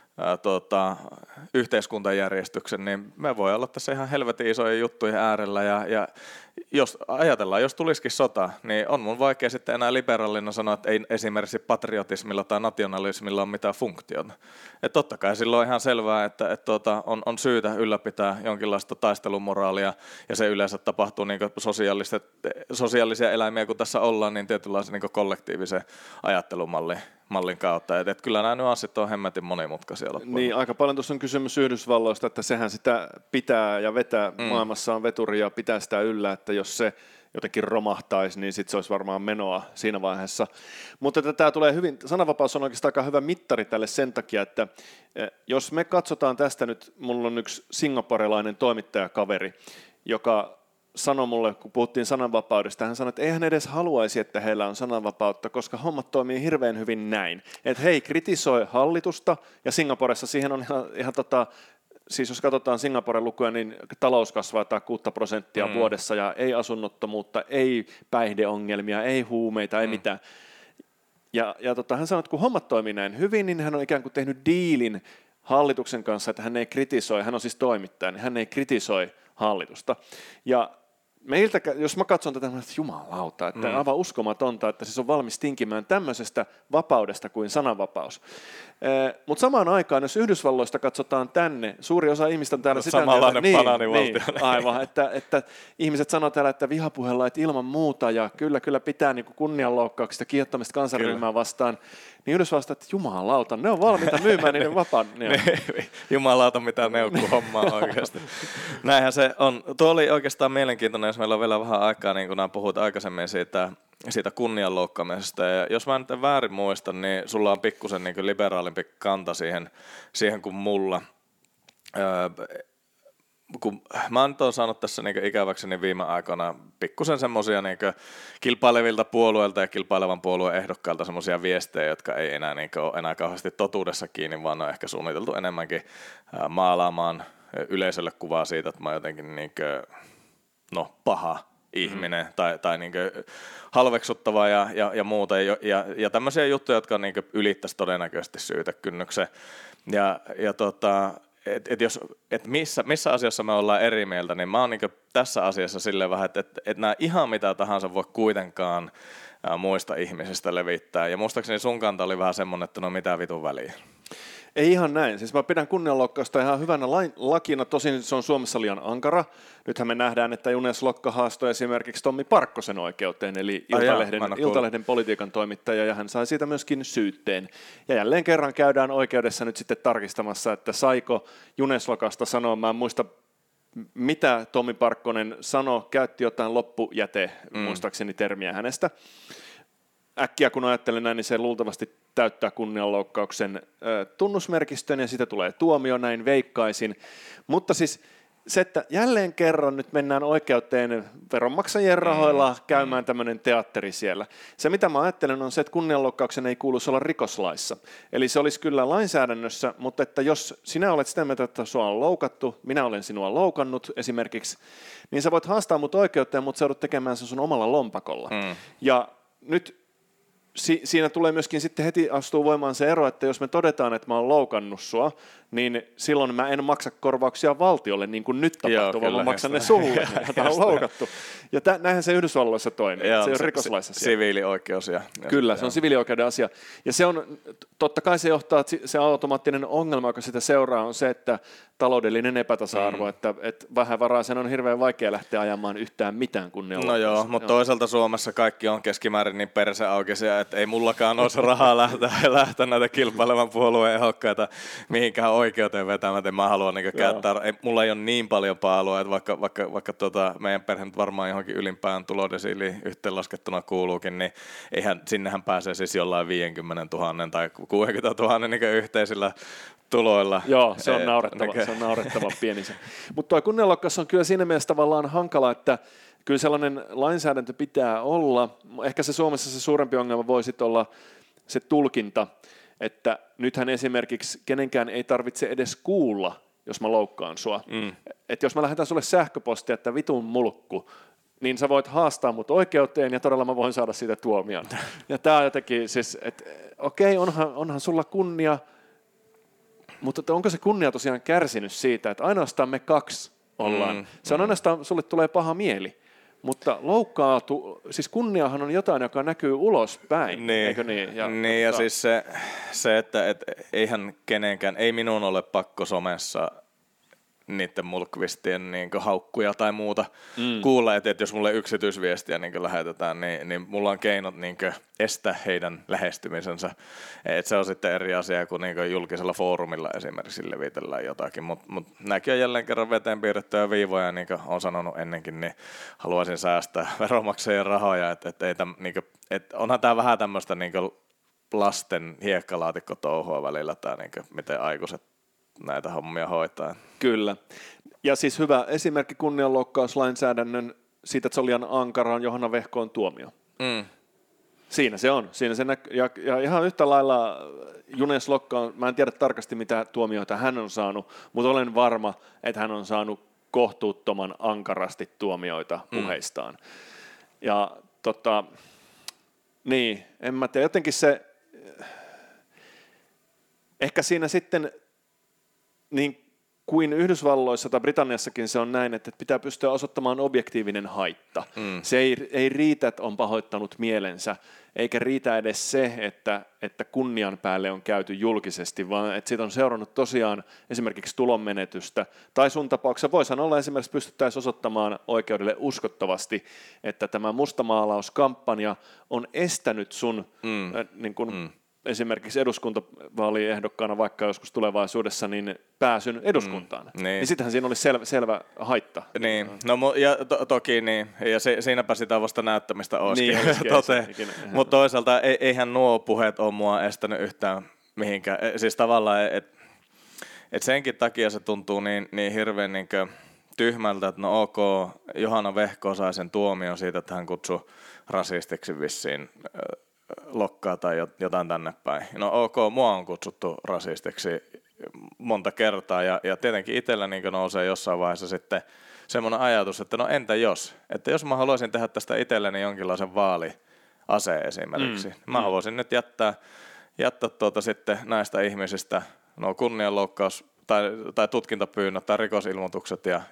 yhteiskuntajärjestyksen, niin me voi olla tässä ihan helvetin isojen juttujen äärellä, ja jos ajatellaan, jos tulisikin sota, niin on mun vaikea sitten enää liberaalina sanoa, että ei esimerkiksi patriotismilla tai nationalismilla ole mitään funktiota. Että totta kai silloin on ihan selvää, että on syytä ylläpitää jonkinlaista taistelumoraalia, ja se yleensä tapahtuu niin sosiaalisia eläimiä, kun tässä ollaan, niin tietynlaisen niin kollektiivisen ajattelumallin kautta. Että kyllä nämä nyanssit on hemmetin monimutkaisia loppuun. Niin, aika paljon tuossa on kysymys Yhdysvalloista, että sehän sitä pitää ja vetää. Maailmassa on veturi ja pitää sitä yllä, että jos se jotenkin romahtaisi, niin sitten se olisi varmaan menoa siinä vaiheessa. Mutta tämä tulee hyvin, sananvapaus on oikeastaan aika hyvä mittari tälle sen takia, että jos me katsotaan tästä nyt, mulla on yksi singaporelainen toimittajakaveri, joka sanoi mulle, kun puhuttiin sananvapaudesta, hän sanoi, että eihän edes haluaisi, että heillä on sananvapautta, koska hommat toimii hirveän hyvin näin. Että hei, kritisoi hallitusta, ja Singaporessa siihen on ihan siis jos katsotaan Singaporen lukuja, niin talous kasvaa 6% vuodessa, ja ei asunnottomuutta, ei päihdeongelmia, ei huumeita, ei mitään. Ja hän sanoi, että kun hommat toimii näin hyvin, niin hän on ikään kuin tehnyt diilin hallituksen kanssa, että hän ei kritisoi, hän on siis toimittaja, niin hän ei kritisoi hallitusta. Ja meiltä, jos mä katson tätä, että jumalauta, että on aivan uskomatonta, että siis on valmis tinkimään tämmöisestä vapaudesta kuin sananvapaus. Mutta samaan aikaan, jos Yhdysvalloista katsotaan tänne, suuri osa ihmistä on täällä sitä samanlainen banaanivaltio. Niin, aivan, että ihmiset sanoo täällä, että vihapuhelait ilman muuta ja kyllä pitää niin kunnianloukkauksista kiihottamista kansanryhmää vastaan. Niin Yhdysvalloista, että jumalauta, ne on valmiita myymään niiden vapaan. Jumalauta, mitä neukkuhommaa oikeasti. Näinhän se on. Tuo oli oikeastaan mielenkiintoinen, jos meillä on vielä vähän aikaa, niin kuin puhuit aikaisemmin siitä kunnianloukkaamisesta. Ja jos mä nyt en väärin muista, niin sulla on pikkusen niin liberaalimpi kanta siihen kuin mulla. Kun mä nyt oon saanut tässä niin ikäväkseni viime aikoina pikkusen semmoisia niin kilpailevilta puolueilta ja kilpailevan puolueen ehdokkailta semmoisia viestejä, jotka ei enää, niin ole enää kauheasti totuudessa kiinni, vaan on ehkä suunniteltu enemmänkin maalaamaan yleisölle kuvaa siitä, että mä oon jotenkin paha ihminen tai niin kuin halveksuttava ja muuta. Ja tämmöisiä juttuja, jotka niin kuin ylittäisi todennäköisesti syytekynnyksen. Missä asiassa me ollaan eri mieltä, niin mä oon niin tässä asiassa silleen vähän, että nämä ihan mitä tahansa voi kuitenkaan muista ihmisistä levittää. Ja muistaakseni sun kanta oli vähän semmoinen, että no mitä vitun väliä. Ei ihan näin. Siis mä pidän kunnianloukkausta ihan hyvänä lakina, tosin se on Suomessa liian ankara. Nythän me nähdään, että Junes Lokka haastoi esimerkiksi Tommi Parkkosen oikeuteen, eli Iltalehden politiikan toimittaja, ja hän sai siitä myöskin syytteen. Ja jälleen kerran käydään oikeudessa nyt sitten tarkistamassa, että saiko Junes Lokasta sanoa, mä en muista mitä Tommi Parkkonen sanoi, käytti jotain loppujäte, muistaakseni termiä hänestä. Äkkiä kun ajattelen näin, niin se luultavasti täyttää kunnianloukkauksen tunnusmerkistön ja siitä tulee tuomio, näin veikkaisin. Mutta siis se, että jälleen kerran nyt mennään oikeuteen veronmaksajien rahoilla käymään tämmöinen teatteri siellä. Se mitä mä ajattelen on se, että kunnianloukkauksen ei kuuluisi olla rikoslaissa. Eli se olisi kyllä lainsäädännössä, mutta että jos sinä olet sitä mieltä, että sinua on loukattu, minä olen sinua loukannut esimerkiksi, niin sä voit haastaa mut oikeuteen, mutta sä joudut tekemään sen sun omalla lompakolla. Ja nyt siinä tulee myöskin sitten heti astuu voimaan se ero, että jos me todetaan, että mä oon loukannut sua, niin silloin mä en maksa korvauksia valtiolle, niin kuin nyt tapahtuu, vaan mä maksan ne sulle, jota on loukattu. Ja näinhän se Yhdysvalloissa toimii, se on rikoslaissa siellä. Siviilioikeus. Kyllä, se on siviilioikeuden asia. Ja se on, totta kai se johtaa, se automaattinen ongelma, joka sitä seuraa, on se, että taloudellinen epätasa-arvo, että vähävaraisen on hirveän vaikea lähteä ajamaan yhtään mitään kunnianloukkaus. No joo, mutta toisaalta Suomessa kaikki on keskimäärin niin perseaukisia, että ei mullakaan olisi rahaa lähteä näitä kilpailevan puolueen ehdokkaita mihinkään oikeuteen vetämään. Mä haluan niin käyttää, mulla ei ole niin paljon paalua, että vaikka meidän perhe nyt varmaan johonkin ylimpään tulodesiiliin yhteenlaskettuna kuuluukin, niin sinnehän pääsee siis jollain 50 000 tai 60 000 niin yhteisillä tuloilla. Joo, se on naurettava pieni se. Mutta tuo kunnianloukkaus on kyllä siinä mielessä tavallaan hankala, että kyllä sellainen lainsäädäntö pitää olla. Ehkä se Suomessa se suurempi ongelma voi sitten olla se tulkinta, että nythän esimerkiksi kenenkään ei tarvitse edes kuulla, jos mä loukkaan sua. Että jos mä lähetän sulle sähköpostia, että vitun mulkku, niin sä voit haastaa mut oikeuteen ja todella mä voin saada siitä tuomion. Ja tää on jotenkin siis, että okei, onhan sulla kunnia, mutta onko se kunnia tosiaan kärsinyt siitä, että ainoastaan me kaksi ollaan. Se on ainoastaan, sulle tulee paha mieli. Mutta siis kunniahan on jotain, joka näkyy ulospäin, eikö niin? Ja siis se että eihän kenenkään, ei minun ole pakko somessa niiden mulkvistien niin haukkuja tai muuta kuulla, että jos mulle yksityisviestiä niin lähetetään, niin mulla on keinot niin estää heidän lähestymisensä. Et se on sitten eri asia kuin julkisella foorumilla esimerkiksi levitellään jotakin, mutta nämäkin on jälleen kerran veteen piirrettyjä viivoja, niin kuin olen sanonut ennenkin, niin haluaisin säästää veronmaksajien rahoja, että onhan tämä vähän tämmöistä niin lasten hiekkalaatikko-touhua välillä, tämä niin miten aikuiset näitä hommia hoitaa. Kyllä. Ja siis hyvä esimerkki kunnianloukkauslainsäädännön siitä, että se on liian ankara, on Johanna Vehkoon tuomio. Siinä se on. Ja ihan yhtä lailla Junes Lokka on, mä en tiedä tarkasti mitä tuomioita hän on saanut, mutta olen varma, että hän on saanut kohtuuttoman ankarasti tuomioita puheistaan. Ja niin, en mä tiedä, jotenkin se, ehkä siinä sitten niin kuin Yhdysvalloissa tai Britanniassakin se on näin, että pitää pystyä osoittamaan objektiivinen haitta. Se ei riitä, että on pahoittanut mielensä, eikä riitä edes se, että kunnian päälle on käyty julkisesti, vaan että siitä on seurannut tosiaan esimerkiksi tulonmenetystä. Tai sun tapauksessa voi sanoa esimerkiksi pystyttäisiin osoittamaan oikeudelle uskottavasti, että tämä mustamaalauskampanja on estänyt sun esimerkiksi eduskuntavaaliehdokkaana vaikka joskus tulevaisuudessa niin pääsyn eduskuntaan. Niin sittenhän siinä olisi selvä haitta. Niin, no ja toki niin, ja siinäpä sitä vasta näyttämistä olisikin. Niin, mutta toisaalta eihän nuo puheet ole mua estänyt yhtään mihinkään. Siis tavallaan, että senkin takia se tuntuu niin hirveän tyhmältä, että no ok, Johanna Vehko sai sen tuomion siitä, että hän kutsui rasistiksi vissiin Lokkaa tai jotain tänne päin. No ok, mua on kutsuttu rasistiksi monta kertaa. Ja tietenkin itsellä niin nousee jossain vaiheessa sitten semmoinen ajatus, että no entä jos? Että jos mä haluaisin tehdä tästä itselleni jonkinlaisen vaaliaseen esimerkiksi. Mä haluaisin nyt jättää sitten näistä ihmisistä kunnianloukkaus tai tutkintapyynnöt tai rikosilmoitukset ja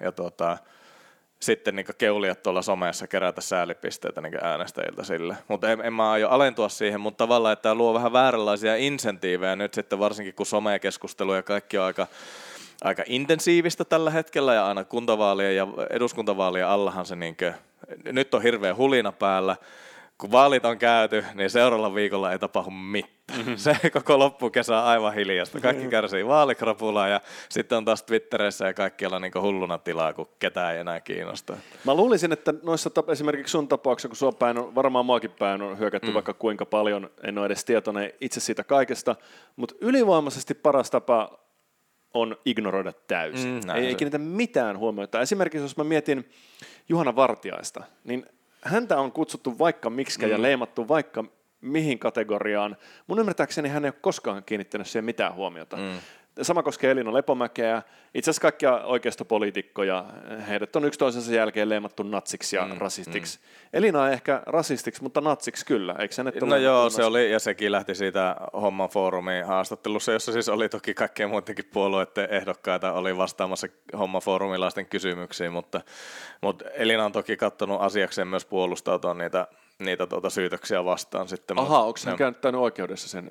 sitten niin keulia tuolla somessa kerätä säälipisteitä niin äänestäjiltä sille. Mutta en mä aio alentua siihen, mutta tavallaan, että tämä luo vähän vääränlaisia insentiivejä nyt sitten varsinkin, kun somekeskustelu ja kaikki on aika intensiivistä tällä hetkellä ja aina kuntavaalien ja eduskuntavaalien allahan se nyt on hirveä hulina päällä. Kun vaalit on käyty, niin seuraavalla viikolla ei tapahdu mitään. Se koko loppukesä on aivan hiljasta. Kaikki kärsii vaalikrapulaa ja sitten on taas Twitterissä ja kaikkialla niin hulluna tilaa, kun ketään ei enää kiinnostaa. Mä luulisin, että noissa esimerkiksi sun tapauksessa, kun sua päin on, varmaan muakin päin on hyökätty vaikka kuinka paljon, en ole edes tietoinen itse siitä kaikesta, mutta ylivoimaisesti paras tapa on ignoroida täysin. Ei kiinnitä mitään huomiota. Esimerkiksi jos mä mietin Juhana Vartiaista, niin häntä on kutsuttu vaikka miksikä ja leimattu vaikka mihin kategoriaan. Mun ymmärtääkseni hän ei ole koskaan kiinnittänyt siihen mitään huomiota. Sama koskee Elina Lepomäkeä. Itse asiassa kaikkia oikeistopoliitikkoja, heidät on yksi toisensa jälkeen leimattu natsiksi ja rasistiksi. Elina ei ehkä rasistiksi, mutta natsiksi kyllä. Eikö se no joo, se oli, ja sekin lähti siitä Homman foorumin haastattelussa, jossa siis oli toki kaikkien muidenkin puolueiden ehdokkaita, oli vastaamassa Homman foorumilaisten kysymyksiin, mutta Elina on toki katsonut asiakseen myös puolustautua niitä syytöksiä vastaan sitten. Ahaa, onko hän käyttänyt oikeudessa sen?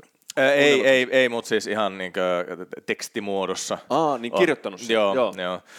Ei, mutta siis ihan tekstimuodossa. Niin kirjoittanut sen. Joo.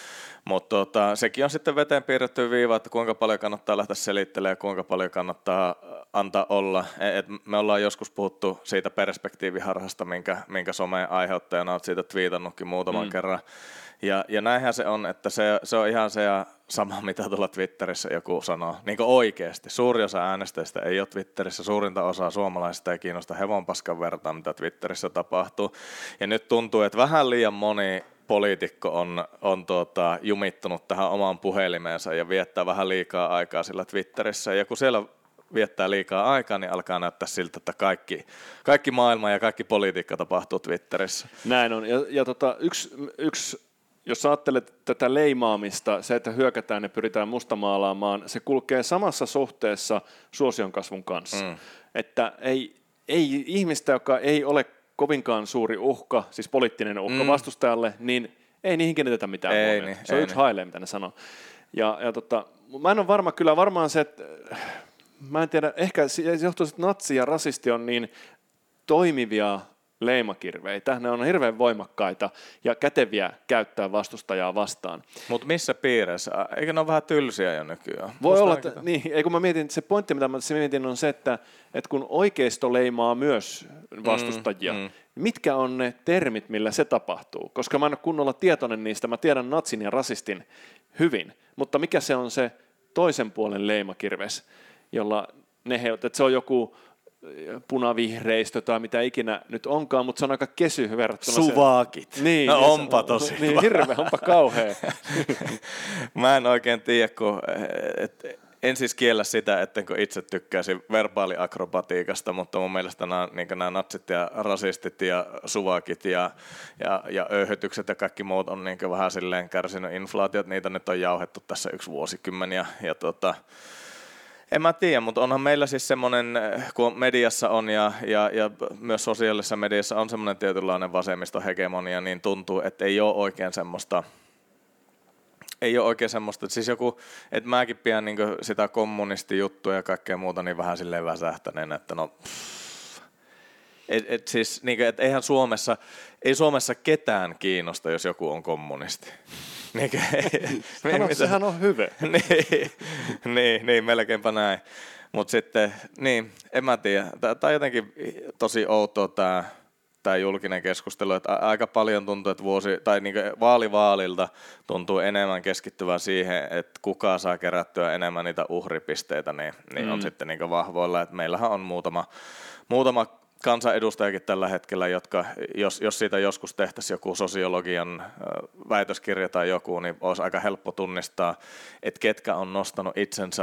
Mutta sekin on sitten veteen piirretty viiva, että kuinka paljon kannattaa lähteä selittelemään ja kuinka paljon kannattaa antaa olla. Me ollaan joskus puhuttu siitä perspektiiviharhasta, minkä someen aiheuttajana olet siitä twiitannutkin muutaman kerran. Ja näinhän se on, että se on ihan se sama, mitä tuolla Twitterissä joku sanoo. Niin kuin oikeasti. Suuri osa äänestäjistä ei ole Twitterissä. Suurinta osaa suomalaisista ei kiinnosta hevonpaskan vertaa, mitä Twitterissä tapahtuu. Ja nyt tuntuu, että vähän liian moni poliitikko on jumittunut tähän omaan puhelimeensa ja viettää vähän liikaa aikaa sillä Twitterissä. Ja kun siellä viettää liikaa aikaa, niin alkaa näyttää siltä, että kaikki maailma ja kaikki politiikka tapahtuu Twitterissä. Näin on. Ja yksi jos ajattelet tätä leimaamista, se, että hyökätään ja pyritään mustamaalaamaan, se kulkee samassa suhteessa suosion kasvun kanssa. Että ei ihmistä, joka ei ole kovinkaan suuri uhka, siis poliittinen uhka vastustajalle, niin ei niihin kiinnitetä mitään huomiota. Se on yksi hailee, mitä ne sanoo. Ja mä en ole varmaan se, että mä en tiedä, ehkä se johtuu, että natsi ja rasisti on niin toimivia leimakirveitä. Ne on hirveän voimakkaita ja käteviä käyttää vastustajaa vastaan. Mutta missä piirissä? Eikö ne ole vähän tylsiä jo nykyään? Voi olla, että kun mä mietin, se pointti, mitä mä mietin, on se, että kun oikeisto leimaa myös vastustajia, mitkä on ne termit, millä se tapahtuu? Koska mä en ole kunnolla tietoinen niistä, mä tiedän natsin ja rasistin hyvin, mutta mikä se on se toisen puolen leimakirves, jolla että se on joku punavihreistö tai mitä ikinä nyt onkaan, mutta se on aika kesy verrattuna. Suvaakit. Niin, no onpa tosi. Niin, hirveä, onpa kauhea. Mä en oikein tiedä, en siis kiellä sitä, ettenkö itse tykkäisi verbaaliakrobatiikasta, mutta mun mielestä nämä natsit ja rasistit ja suvaakit ja öyhytykset ja kaikki muut on vähän silleen kärsinyt inflaatiot. Niitä nyt on jauhettu tässä 1 vuosikymmeniä ja en mä tiedä, mutta onhan meillä siis semmoinen, kun mediassa on ja myös sosiaalisessa mediassa on semmoinen tietynlainen vasemmistohegemonia, niin tuntuu, että ei ole oikein semmoista, siis joku, että mäkin pidän niin sitä kommunistijuttua ja kaikkea muuta niin vähän silleen väsähtäneen, että siis niin kuin, että ei Suomessa ketään kiinnosta, jos joku on kommunisti. Sehän on hyvä. niin, melkeinpä näin. Mutta sitten, en mä tiedä. Tämä on jotenkin tosi outoa tämä julkinen keskustelu, että aika paljon tuntuu, että vaalilta tuntuu enemmän keskittyvän siihen, että kuka saa kerättyä enemmän niitä uhripisteitä, niin on sitten niin vahvoilla. Että meillähän on muutama kansanedustajakin tällä hetkellä, jotka, jos siitä joskus tehtäisiin joku sosiologian väitöskirja tai joku, niin olisi aika helppo tunnistaa, että ketkä on nostanut itsensä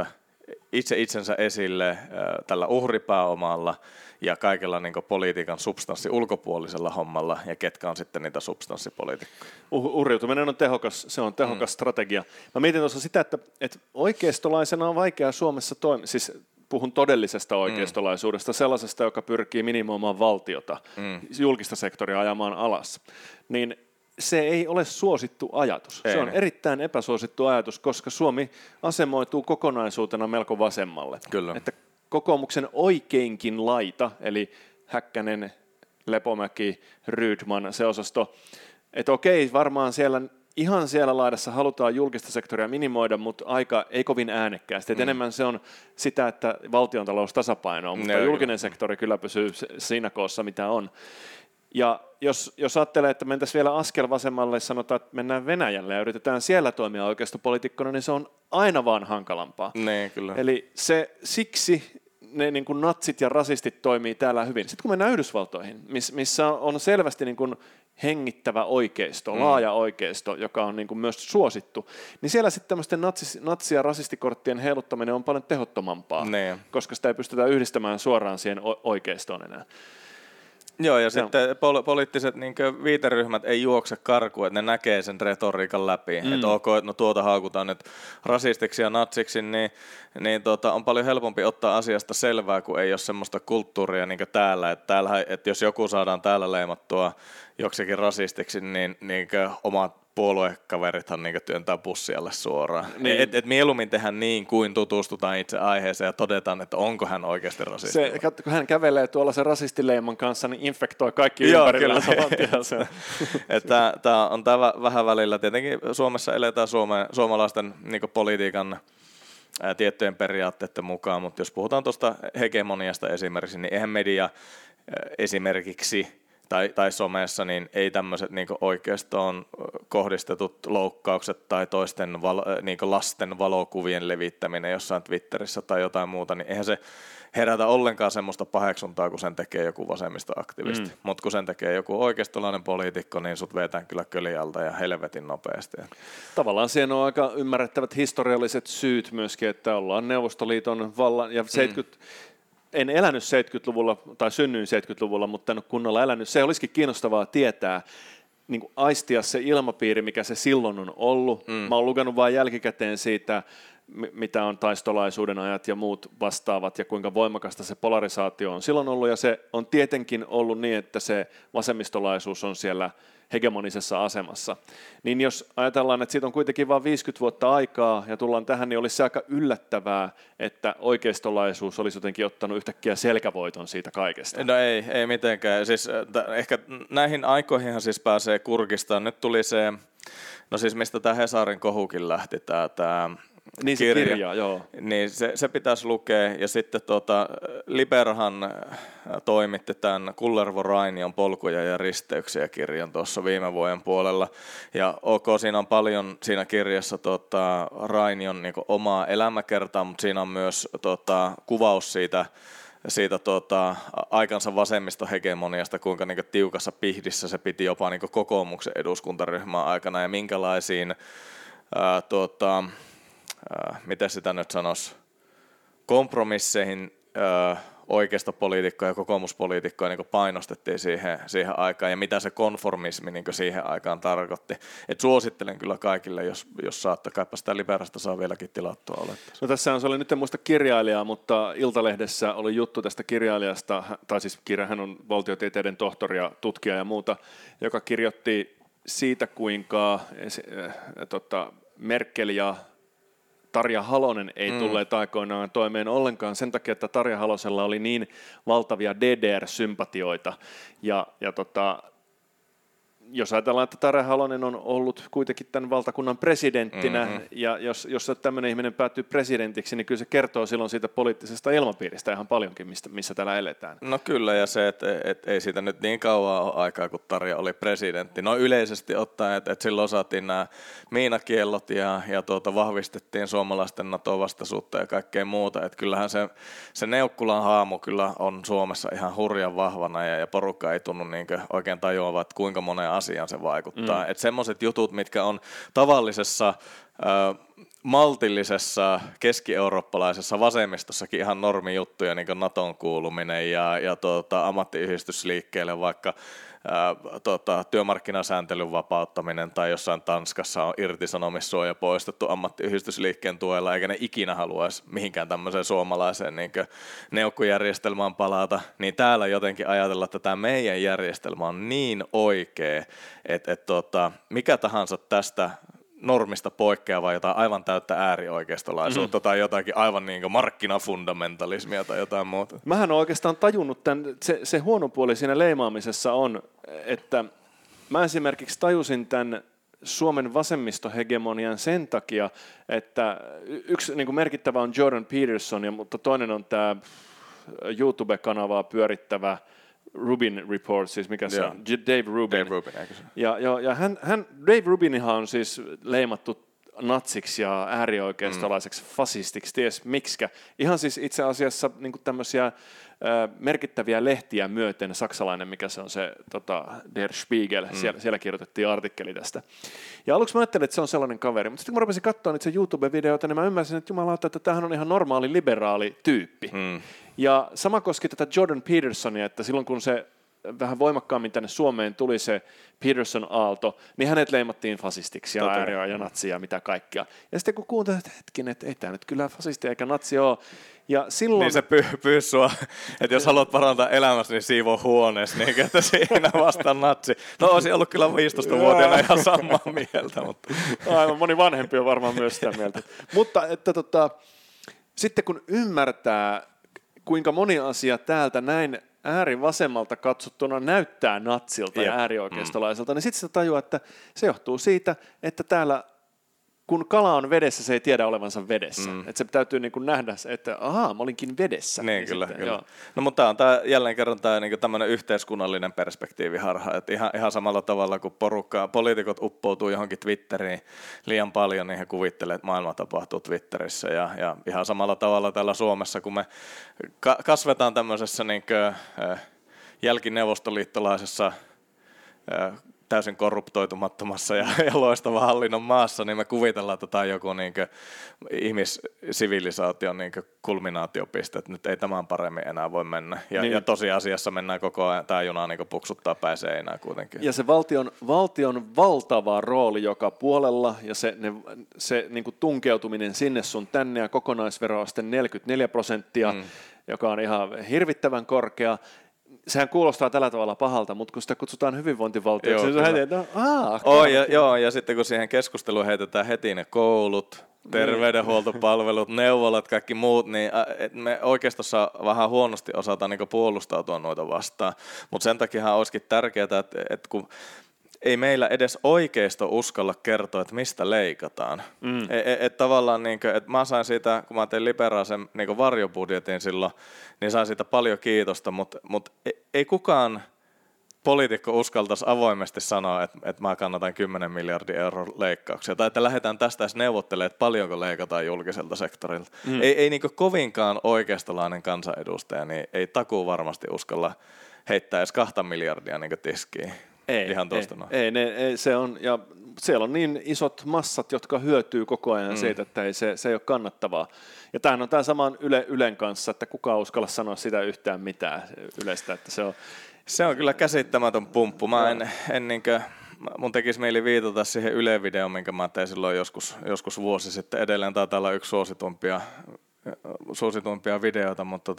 itse itsensä esille tällä uhripääomalla ja kaikella niin kuin politiikan substanssi ulkopuolisella hommalla, ja ketkä on sitten niitä substanssipoliitikkoja. Uhriutuminen on tehokas strategia. Mä mietin tuossa sitä, että oikeistolaisena on vaikea Suomessa toimia, siis puhun todellisesta oikeistolaisuudesta, sellaisesta, joka pyrkii minimoimaan valtiota, julkista sektoria ajamaan alas, niin se ei ole suosittu ajatus. Se on erittäin epäsuosittu ajatus, koska Suomi asemoituu kokonaisuutena melko vasemmalle. Kyllä. Että kokoomuksen oikeinkin laita, eli Häkkänen, Lepomäki, Rydman, se osasto, että okei, varmaan ihan siellä laidassa halutaan julkista sektoria minimoida, mutta aika ei kovin äänekkäästi. Enemmän se on sitä, että valtiontalous tasapainoa, mutta julkinen sektori kyllä pysyy siinä koossa, mitä on. Ja jos ajattelee, että mentäisiin vielä askel vasemmalle, sanotaan, että mennään Venäjälle ja yritetään siellä toimia oikeistopoliitikkona, niin se on aina vaan hankalampaa. Kyllä. Eli siksi ne niin kuin natsit ja rasistit toimii täällä hyvin. Sitten kun mennään Yhdysvaltoihin, missä on selvästi niin kuin hengittävä oikeisto, laaja oikeisto, joka on niin kuin myös suosittu, niin siellä sitten tämmöisten natsi- ja rasistikorttien heiluttaminen on paljon tehottomampaa, koska sitä ei pystytä yhdistämään suoraan siihen oikeistoon enää. Joo, ja sitten poliittiset niin viiteryhmät ei juokse karkuun, että ne näkee sen retoriikan läpi. Että ok, että no tuota haukutaan nyt rasistiksi ja natsiksi, niin on paljon helpompi ottaa asiasta selvää, kun ei ole semmoista kulttuuria niin täällä. Että jos joku saadaan täällä leimattua joksikin rasistiksi, niin omat puoluekaverithan niin työntää pussialle suoraan. Niin. Et mieluummin tehdään niin, kuin tutustutaan itse aiheeseen ja todetaan, että onko hän oikeasti rasisti. Kun hän kävelee tuolla sen rasistileiman kanssa, niin infektoi kaikki ympärillä saman tien. Tämä on vähän välillä. Tietenkin Suomessa eletään suomalaisten niin politiikan tiettyjen periaatteiden mukaan, mutta jos puhutaan tuosta hegemoniasta esimerkiksi, niin eihän media esimerkiksi tai somessa, niin ei tämmöiset niin oikeastaan kohdistetut loukkaukset tai toisten niin lasten valokuvien levittäminen jossain Twitterissä tai jotain muuta, niin eihän se herätä ollenkaan semmoista paheksuntaa, kun sen tekee joku vasemmistoaktivisti. Mutta kun sen tekee joku oikeistolainen poliitikko, niin sut vetään kyllä kölialta ja helvetin nopeasti. Tavallaan siihen on aika ymmärrettävät historialliset syyt myöskin, että ollaan Neuvostoliiton vallan ja 70... En elänyt 70-luvulla tai synnyin 70-luvulla, mutta en ole kunnolla elänyt. Se olisikin kiinnostavaa tietää, niin kuin aistia se ilmapiiri, mikä se silloin on ollut. Mä oon lukenut vain jälkikäteen siitä, mitä on taistolaisuuden ajat ja muut vastaavat ja kuinka voimakasta se polarisaatio on silloin ollut. Ja se on tietenkin ollut niin, että se vasemmistolaisuus on siellä hegemonisessa asemassa. Niin jos ajatellaan, että siitä on kuitenkin vain 50 vuotta aikaa ja tullaan tähän, niin olisi se aika yllättävää, että oikeistolaisuus olisi jotenkin ottanut yhtäkkiä selkävoiton siitä kaikesta. No ei mitenkään. Siis, ehkä näihin aikoihinhan siis pääsee kurkistamaan. Nyt tuli se, no siis mistä tämä Hesarin kohukin lähti, tämä niin se kirja, joo. Niin se pitäisi lukea, ja sitten Liberhan toimitti tämän Kullervo Rainion polkuja ja risteyksiä -kirjan tuossa viime vuoden puolella, ja siinä on paljon siinä kirjassa Rainion niin omaa elämäkertaa, mutta siinä on myös kuvaus siitä aikansa vasemmistohegemoniasta, kuinka niin tiukassa pihdissä se piti jopa niin kokoomuksen eduskuntaryhmän aikana, ja minkälaisiin miten sitä nyt sanoisi, kompromisseihin oikeistopoliitikkoja ja kokoomuspoliitikkoja niin painostettiin siihen aikaan, ja mitä se konformismi niin siihen aikaan tarkoitti. Et suosittelen kyllä kaikille, jos saatte, kaipa sitä Liberasta saa vieläkin tilattua oletta. No tässä on, se oli nyt en muista kirjailijaa, mutta Iltalehdessä oli juttu tästä kirjailijasta, tai siis hän on valtiotieteiden tohtori ja tutkija ja muuta, joka kirjoitti siitä, kuinka Merkel ja Tarja Halonen ei tulleet aikoinaan toimeen ollenkaan sen takia, että Tarja Halosella oli niin valtavia DDR-sympatioita. Ja jos ajatellaan, että Tarja Halonen on ollut kuitenkin tämän valtakunnan presidenttinä, ja jos tämmöinen ihminen päätyy presidentiksi, niin kyllä se kertoo silloin siitä poliittisesta ilmapiiristä ihan paljonkin, missä täällä eletään. No kyllä, ja se, että ei siitä nyt niin kauan ole aikaa, kun Tarja oli presidentti. No yleisesti ottaen, että silloin saatiin nämä miinakiellot ja vahvistettiin suomalaisten NATO-vastaisuutta ja kaikkea muuta. Että kyllähän se Neukkulan haamu kyllä on Suomessa ihan hurjan vahvana, ja porukka ei tunnu niin oikein tajuavan, että kuinka monen asiaan se vaikuttaa. Että semmoiset jutut, mitkä on tavallisessa maltillisessa keski-eurooppalaisessa vasemmistossakin ihan normijuttuja, niin kuin Naton kuuluminen ja ammattiyhdistysliikkeelle vaikka työmarkkinasääntelyn vapauttaminen tai jossain Tanskassa on irtisanomissuoja poistettu ammattiyhdistysliikkeen tuella, eikä ne ikinä haluaisi mihinkään tämmöiseen suomalaiseen niin neukkujärjestelmään palata, niin täällä jotenkin ajatella, että tämä meidän järjestelmä on niin oikea, että mikä tahansa tästä normista poikkeavaa jotain aivan täyttä äärioikeistolaisuutta tai jotakin aivan niin kuin markkinafundamentalismia tai jotain muuta. Mähän olen oikeastaan tajunnut tämän, se huono puoli siinä leimaamisessa on, että mä esimerkiksi tajusin tämän Suomen vasemmistohegemonian sen takia, että yksi niin kuin merkittävä on Jordan Peterson, mutta toinen on tämä YouTube-kanavaa pyörittävä Rubin Report, siis mikä se on? Dave Rubin. Dave Rubin, eikö se? Ja Dave Rubinihan on siis leimattu natsiksi ja äärioikeistolaiseksi fasistiksi, ties miksikä. Ihan siis itse asiassa niin kuin tämmöisiä merkittäviä lehtiä myöten, saksalainen, mikä se on se Der Spiegel, siellä kirjoitettiin artikkeli tästä. Ja aluksi mä ajattelin, että se on sellainen kaveri, mutta sitten kun mä rupesin katsoa niitä YouTube-videoita, niin mä ymmärsin, että jumalauta, että tämähän on ihan normaali liberaali tyyppi. Ja sama koski tätä Jordan Petersonia, että silloin kun se vähän voimakkaammin tänne Suomeen tuli se Peterson-aalto, niin hänet leimattiin fasistiksi ja äärioa ja natsia ja mitä kaikkea. Ja sitten kun kuuntelit, että hetkin, että ei tämä nyt kyllä fasisti eikä natsi ole. Ja silloin... Niin se pyys sua, että jos haluat parantaa elämässä, niin siivoo huoneessa, niin että siinä vastaan natsi. No olisi ollut kyllä 15-vuotiaana ihan samaa mieltä. Mutta. Aivan, moni vanhempi on varmaan myös sitä mieltä. Mutta että sitten kun ymmärtää, kuinka moni asia täältä näin äärivasemmalta katsottuna näyttää natsilta ja äärioikeistolaiselta, niin sitten sitä tajuaa, että se johtuu siitä, että täällä kun kala on vedessä, se ei tiedä olevansa vedessä. Että se täytyy niin kuin nähdä, että ahaa, mä olinkin vedessä. Niin, kyllä. No mutta tämä on jälleen kerran tämä niin tämmöinen yhteiskunnallinen perspektiiviharha, että ihan samalla tavalla kuin poliitikot uppoutuu johonkin Twitteriin liian paljon, niin he kuvittelee, että maailma tapahtuu Twitterissä. Ja ihan samalla tavalla täällä Suomessa, kun me kasvetaan tämmöisessä niin kuin, jälkineuvostoliittolaisessa täysin korruptoitumattomassa ja loistava hallinnon maassa, niin me kuvitellaan, että tämä on joku niin ihmissivilisaation niin kulminaatiopiste, että nyt ei tämän paremmin enää voi mennä. Ja tosiasiassa mennään koko ajan, tämä juna niin puksuttaa päin seinään kuitenkin. Ja se valtion valtava rooli joka puolella ja se niin tunkeutuminen sinne sun tänne ja kokonaisveroaste 44%, joka on ihan hirvittävän korkea. Sehän kuulostaa tällä tavalla pahalta, mutta kun sitä kutsutaan hyvinvointivaltioksi, niin se ja sitten kun siihen keskusteluun heitetään heti ne koulut, terveydenhuoltopalvelut, neuvolat, kaikki muut, niin me oikeastaan vähän huonosti osataan niin puolustautua noita vastaan. Mutta sen takia olisikin tärkeää, että kun ei meillä edes oikeisto uskalla kertoa, että mistä leikataan. Tavallaan, niin kuin, että mä sain siitä, kun mä tein Liberaasen niin varjobudjetin silloin, niin sain siitä paljon kiitosta, mutta ei kukaan poliitikko uskaltaisi avoimesti sanoa, että mä kannatan 10 miljardin euron leikkauksia, tai että lähdetään tästä edes neuvottelemaan, että paljonko leikataan julkiselta sektorilta. Ei niin kuin kovinkaan oikeistolainen kansanedustaja, niin ei takuu varmasti uskalla heittää edes 2 miljardia niin kuin tiskiin. Ei, se on, ja siellä on niin isot massat, jotka hyötyy koko ajan siitä, että se ei ole kannattavaa. Ja tämähän on tämä saman Ylen kanssa, että kukaan uskalla sanoa sitä yhtään mitään Ylestä, että se on kyllä käsittämätön pumppu. Mun tekisi mieli viitata siihen Yle-videoon, minkä mä tein silloin joskus vuosi sitten. Edelleen taitaa olla yksi suosituimpia videoita, mutta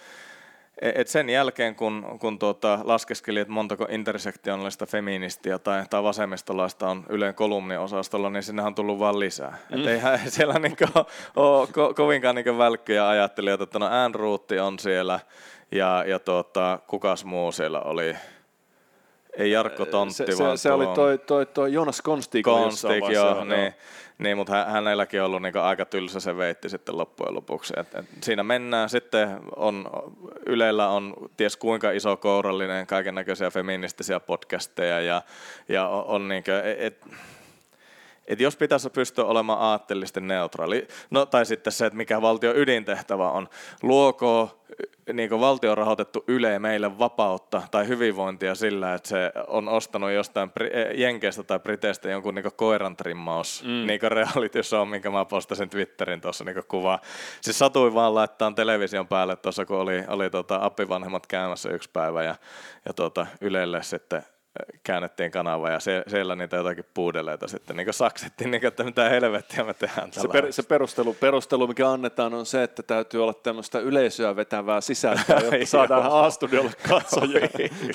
et sen jälkeen, kun laskeskeli, että montako intersektionaalista feministiä tai vasemmistolaista on Ylen kolumniosastolla, niin sinne on tullut vaan lisää. Et eihän siellä ole kovinkaan välkkyjä ajattelijoita, että no Äänruutti on siellä ja kukas muu siellä oli. Ei Jarkko Tontti, vaan se oli toi Jonas Konstig, joo, niin, mutta hänelläkin on ollut niin aika tylsä se veitti sitten loppujen lopuksi. Et siinä mennään, sitten Ylellä on ties kuinka iso kourallinen kaikennäköisiä feministisiä podcasteja ja on niin kuin, että jos pitäisi pystyä olemaan aatteellisesti neutraali, no tai sitten se, että mikä valtion ydintehtävä on, luoko niin kuin valtion rahoitettu Yle meille vapautta tai hyvinvointia sillä, että se on ostanut jostain Jenkeistä tai Briteistä jonkun niin kuin koiran trimmaus, niin kuin reality show, minkä mä postasin Twitterin tuossa niin kuvaa. Siis satuin vaan laittaa television päälle tuossa, kun oli appivanhemmat käymässä yksi päivä ja Ylelle sitten käännettiin kanava ja siellä niitä jotakin puudeleita sitten niin saksittiin, niin että mitä helvettiä me tehdään tällä. Se perustelu, mikä annetaan, on se, että täytyy olla tämmöistä yleisöä vetävää sisältöä, jotta saadaan A-studiolle katsojia.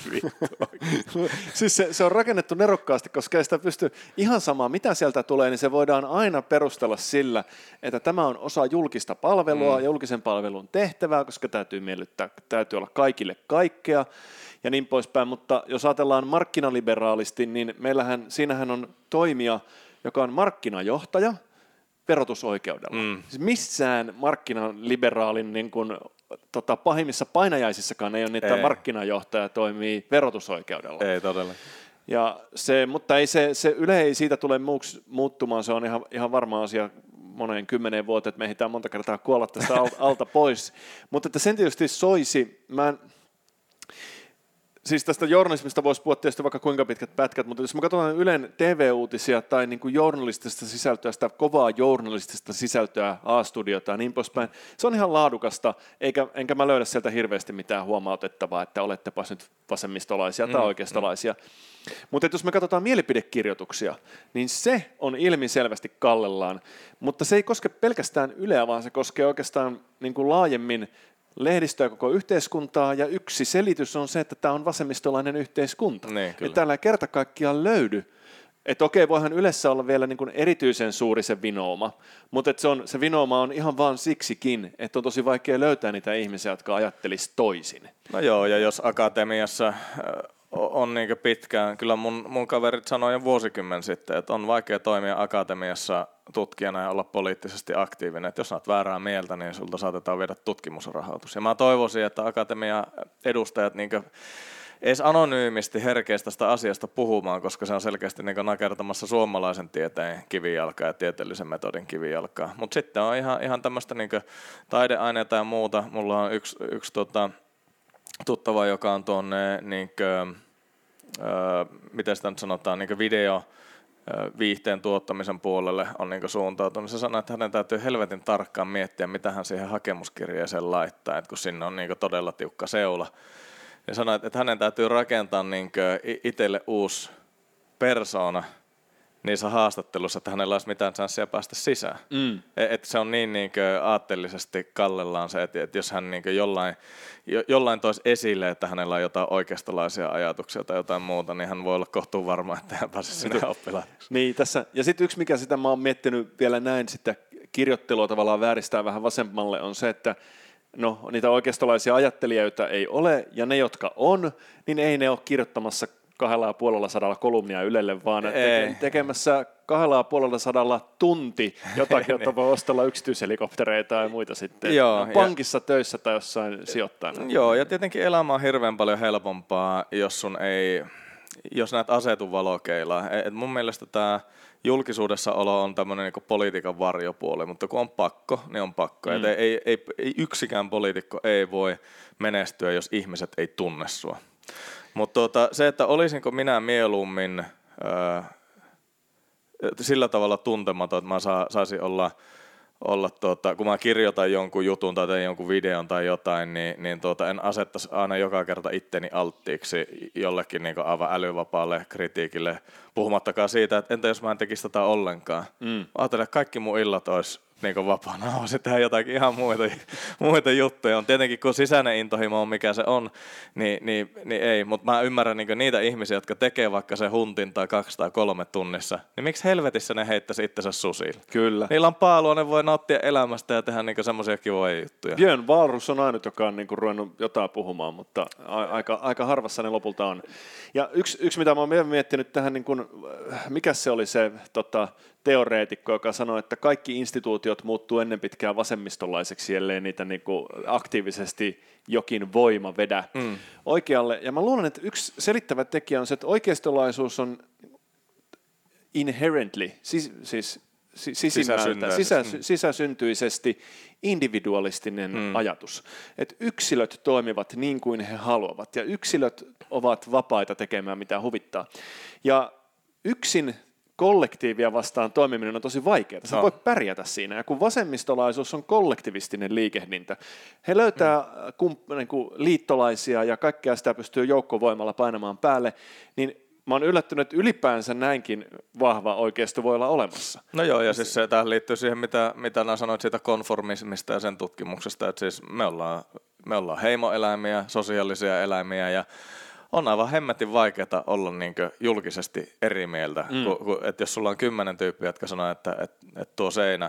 Siis se on rakennettu nerokkaasti, koska ei sitä pysty ihan samaa, mitä sieltä tulee, niin se voidaan aina perustella sillä, että tämä on osa julkista palvelua, julkisen palvelun tehtävää, koska täytyy miellyttää, täytyy olla kaikille kaikkea. Ja niin poispäin, mutta jos ajatellaan markkinaliberaalisti, niin siinähän on toimija, joka on markkinajohtaja verotusoikeudella. Siis missään markkinaliberaalin niin kuin, pahimmissa painajaisissakaan ei ole niitä markkinajohtaja toimii verotusoikeudella. Ei todella. Ja mutta ei se Yle ei siitä tule muuttumaan, se on ihan varma asia moneen 10 vuoteen, että me ehditään monta kertaa kuolla tästä alta pois. Mutta että sen tietysti soisi, siis tästä journalismista voisi puhua tietysti vaikka kuinka pitkät pätkät, mutta jos me katsotaan Ylen TV-uutisia tai niin kuin journalistista sisältöä, sitä kovaa journalistista sisältöä, A-studiota ja niin poispäin, se on ihan laadukasta, enkä mä löydä sieltä hirveästi mitään huomautettavaa, että olettepas nyt vasemmistolaisia tai oikeistolaisia. Mutta jos me katsotaan mielipidekirjoituksia, niin se on ilmiselvästi kallellaan, mutta se ei koske pelkästään Yleä, vaan se koskee oikeastaan niin kuin laajemmin lehdistöä koko yhteiskuntaa, ja yksi selitys on se, että tämä on vasemmistolainen yhteiskunta. Että täällä ei kerta kaikkiaan löydy. Että okei, voihan Ylessä olla vielä niin kuin erityisen suuri se vinouma, mutta se vinouma on ihan vaan siksikin, että on tosi vaikea löytää niitä ihmisiä, jotka ajattelisi toisin. No joo, ja jos akatemiassa on niin pitkään, kyllä mun kaverit sanoi jo vuosikymmen sitten, että on vaikea toimia akatemiassa tutkijana ja olla poliittisesti aktiivinen, että jos saat väärää mieltä, niin sulta saatetaan viedä tutkimusrahoitus. Ja mä toivoisin, että akatemian edustajat niin edes anonyymisti herkeistä sitä asiasta puhumaan, koska se on selkeästi niin nakertamassa suomalaisen tieteen kivijalkaa ja tieteellisen metodin kivijalkaa. Mutta sitten on ihan tämmöistä niin taideaineita ja muuta. Mulla on yksi tuttava, joka on tuonne, miten sitä nyt sanotaan, video viihteen tuottamisen puolelle on suuntautunut. Se sanoi, että hänen täytyy helvetin tarkkaan miettiä, mitä hän siihen hakemuskirjeeseen laittaa, että kun sinne on todella tiukka seula. Ja sanoi, että hänen täytyy rakentaa itselle uusi persoona niissä haastatteluissa, että hänellä olisi mitään chanssia päästä sisään. Että se on niin aatteellisesti kallellaan se, että jos hän jollain toisi esille, että hänellä on jotain oikeistolaisia ajatuksia tai jotain muuta, niin hän voi olla kohtuun varma, että hän pääsisi sinne oppilaitokseen. Niin, tässä. Ja sitten yksi, mikä sitä mä oon miettinyt vielä näin, sitä kirjoittelua tavallaan vääristää vähän vasemmalle, on se, että no, niitä oikeistolaisia ajattelijoita ei ole, ja ne, jotka on, niin ei ne ole kirjoittamassa 250 kolumnia Ylelle, vaan tekemässä 250 tunti jotakin, jota voi ostella yksityishelikoptereita ja muita sitten. Joo, pankissa töissä tai jossain sijoittajana. Joo, ja tietenkin elämä on hirveän paljon helpompaa, jos näet asetu valokeilaa. Mun mielestä tämä julkisuudessa olo on tämmöinen niin politiikan varjopuoli, mutta kun on pakko, niin on pakko. Ei yksikään poliitikko ei voi menestyä, jos ihmiset ei tunne sua. Mutta se, että olisinko minä mieluummin sillä tavalla tuntematon, että mä saisin olla kun mä kirjoitan jonkun jutun tai teen jonkun videon tai jotain, niin en asettaisi aina joka kerta itteni alttiiksi jollekin niin aivan älyvapaalle kritiikille, puhumattakaan siitä, että entä jos mä en tekisi tätä ollenkaan. Ajattelen, että kaikki mun illat olisi niin vapaana, haluaisin tehdä jotakin ihan muita juttuja. On tietenkin, kun sisäinen intohimo on mikä se on, niin ei. Mutta mä ymmärrän niitä ihmisiä, jotka tekee vaikka se huntin tai 2 tai 3 tunnissa, niin miksi helvetissä ne heittäisi itsensä susille? Kyllä. Niillä on paalua, ne voi nauttia elämästä ja tehdä semmoisia kivoja juttuja. Björn Wahlroos on ainut, joka on ruvennut jotain puhumaan, mutta aika harvassa ne lopulta on. Ja yksi mitä mä oon miettinyt tähän, mikä se oli se teoreetikko, joka sanoi, että kaikki instituutiot muuttuu ennen pitkään vasemmistolaiseksi, ellei niitä aktiivisesti jokin voima vedä oikealle. Ja mä luulen, että yksi selittävä tekijä on se, että oikeistolaisuus on inherently, sisäsyntyisesti individualistinen ajatus. Että yksilöt toimivat niin kuin he haluavat ja yksilöt ovat vapaita tekemään mitä huvittaa. Ja yksin kollektiivia vastaan toimiminen on tosi vaikeaa. Sä voit pärjätä siinä. Ja kun vasemmistolaisuus on kollektivistinen liikehdintä, he löytää liittolaisia ja kaikkea sitä pystyy joukkovoimalla painamaan päälle, niin mä oon yllättynyt, että ylipäänsä näinkin vahva oikeisto voi olla olemassa. No joo, ja siis se tähän liittyy siihen, mitä nää sanoit siitä konformismista ja sen tutkimuksesta, että siis me ollaan heimoeläimiä, sosiaalisia eläimiä, ja on aivan hemmetin vaikeaa olla niinkö julkisesti eri mieltä, että jos sulla on 10 tyyppiä, jotka sanoo, että tuo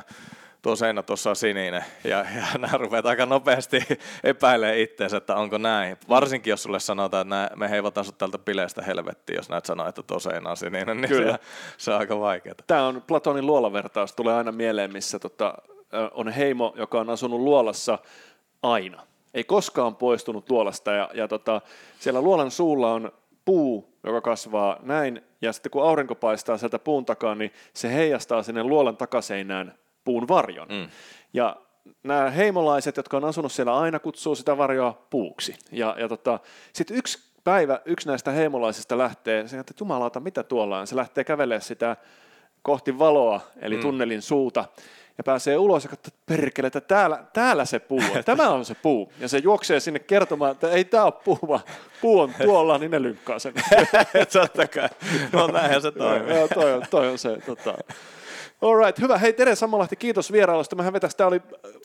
seinä tuossa on sininen, ja nämä rupeat aika nopeasti epäilemään itseänsä, että onko näin. Varsinkin jos sulle sanotaan, että me heivataan sut tältä bileestä helvettiin, jos näet sanoo, että tuo seinä on sininen, niin se on aika vaikeaa. Tämä on Platonin luolavertaus, tulee aina mieleen, missä on heimo, joka on asunut luolassa aina. Ei koskaan poistunut luolasta, ja siellä luolan suulla on puu, joka kasvaa näin, ja sitten kun aurinko paistaa sieltä puun takaa, niin se heijastaa sinne luolan takaseinään puun varjon. Ja nämä heimolaiset, jotka on asunut siellä aina, kutsuu sitä varjoa puuksi. Ja sitten yksi näistä heimolaisista lähtee, se että jumalauta, mitä tuolla on? Se lähtee kävelemään sitä kohti valoa, eli tunnelin suuta, ja pääsee ulos ja katsoo, että perkele, että täällä se puu on. Tämä on se puu. Ja se juoksee sinne kertomaan, että ei tämä ole puu, vaan puu on tuolla, niin ne lynkkaa sen. Totta kai. No näinhän se toimii. Joo, toi on se. Alright, hyvä. Hei Tere Sammolahti, kiitos vierailusta. Mähän vetäisi, tämä oli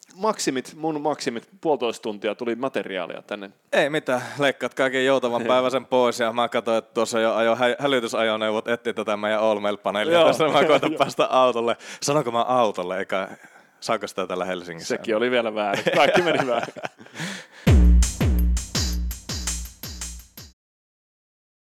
mun maksimit, 1,5 tuntia tuli materiaalia tänne. Ei mitään, leikkaat kaiken joutavan päiväisen pois ja mä katsoin, että tuossa jo hälytysajoneuvot etti tätä meidän all-mail-paneelia. Tässä mä koitan päästä autolle. Sanonko mä autolle, eikä saako sitä täällä Helsingissä? Sekin oli vielä väärin. Kaikki meni väärin.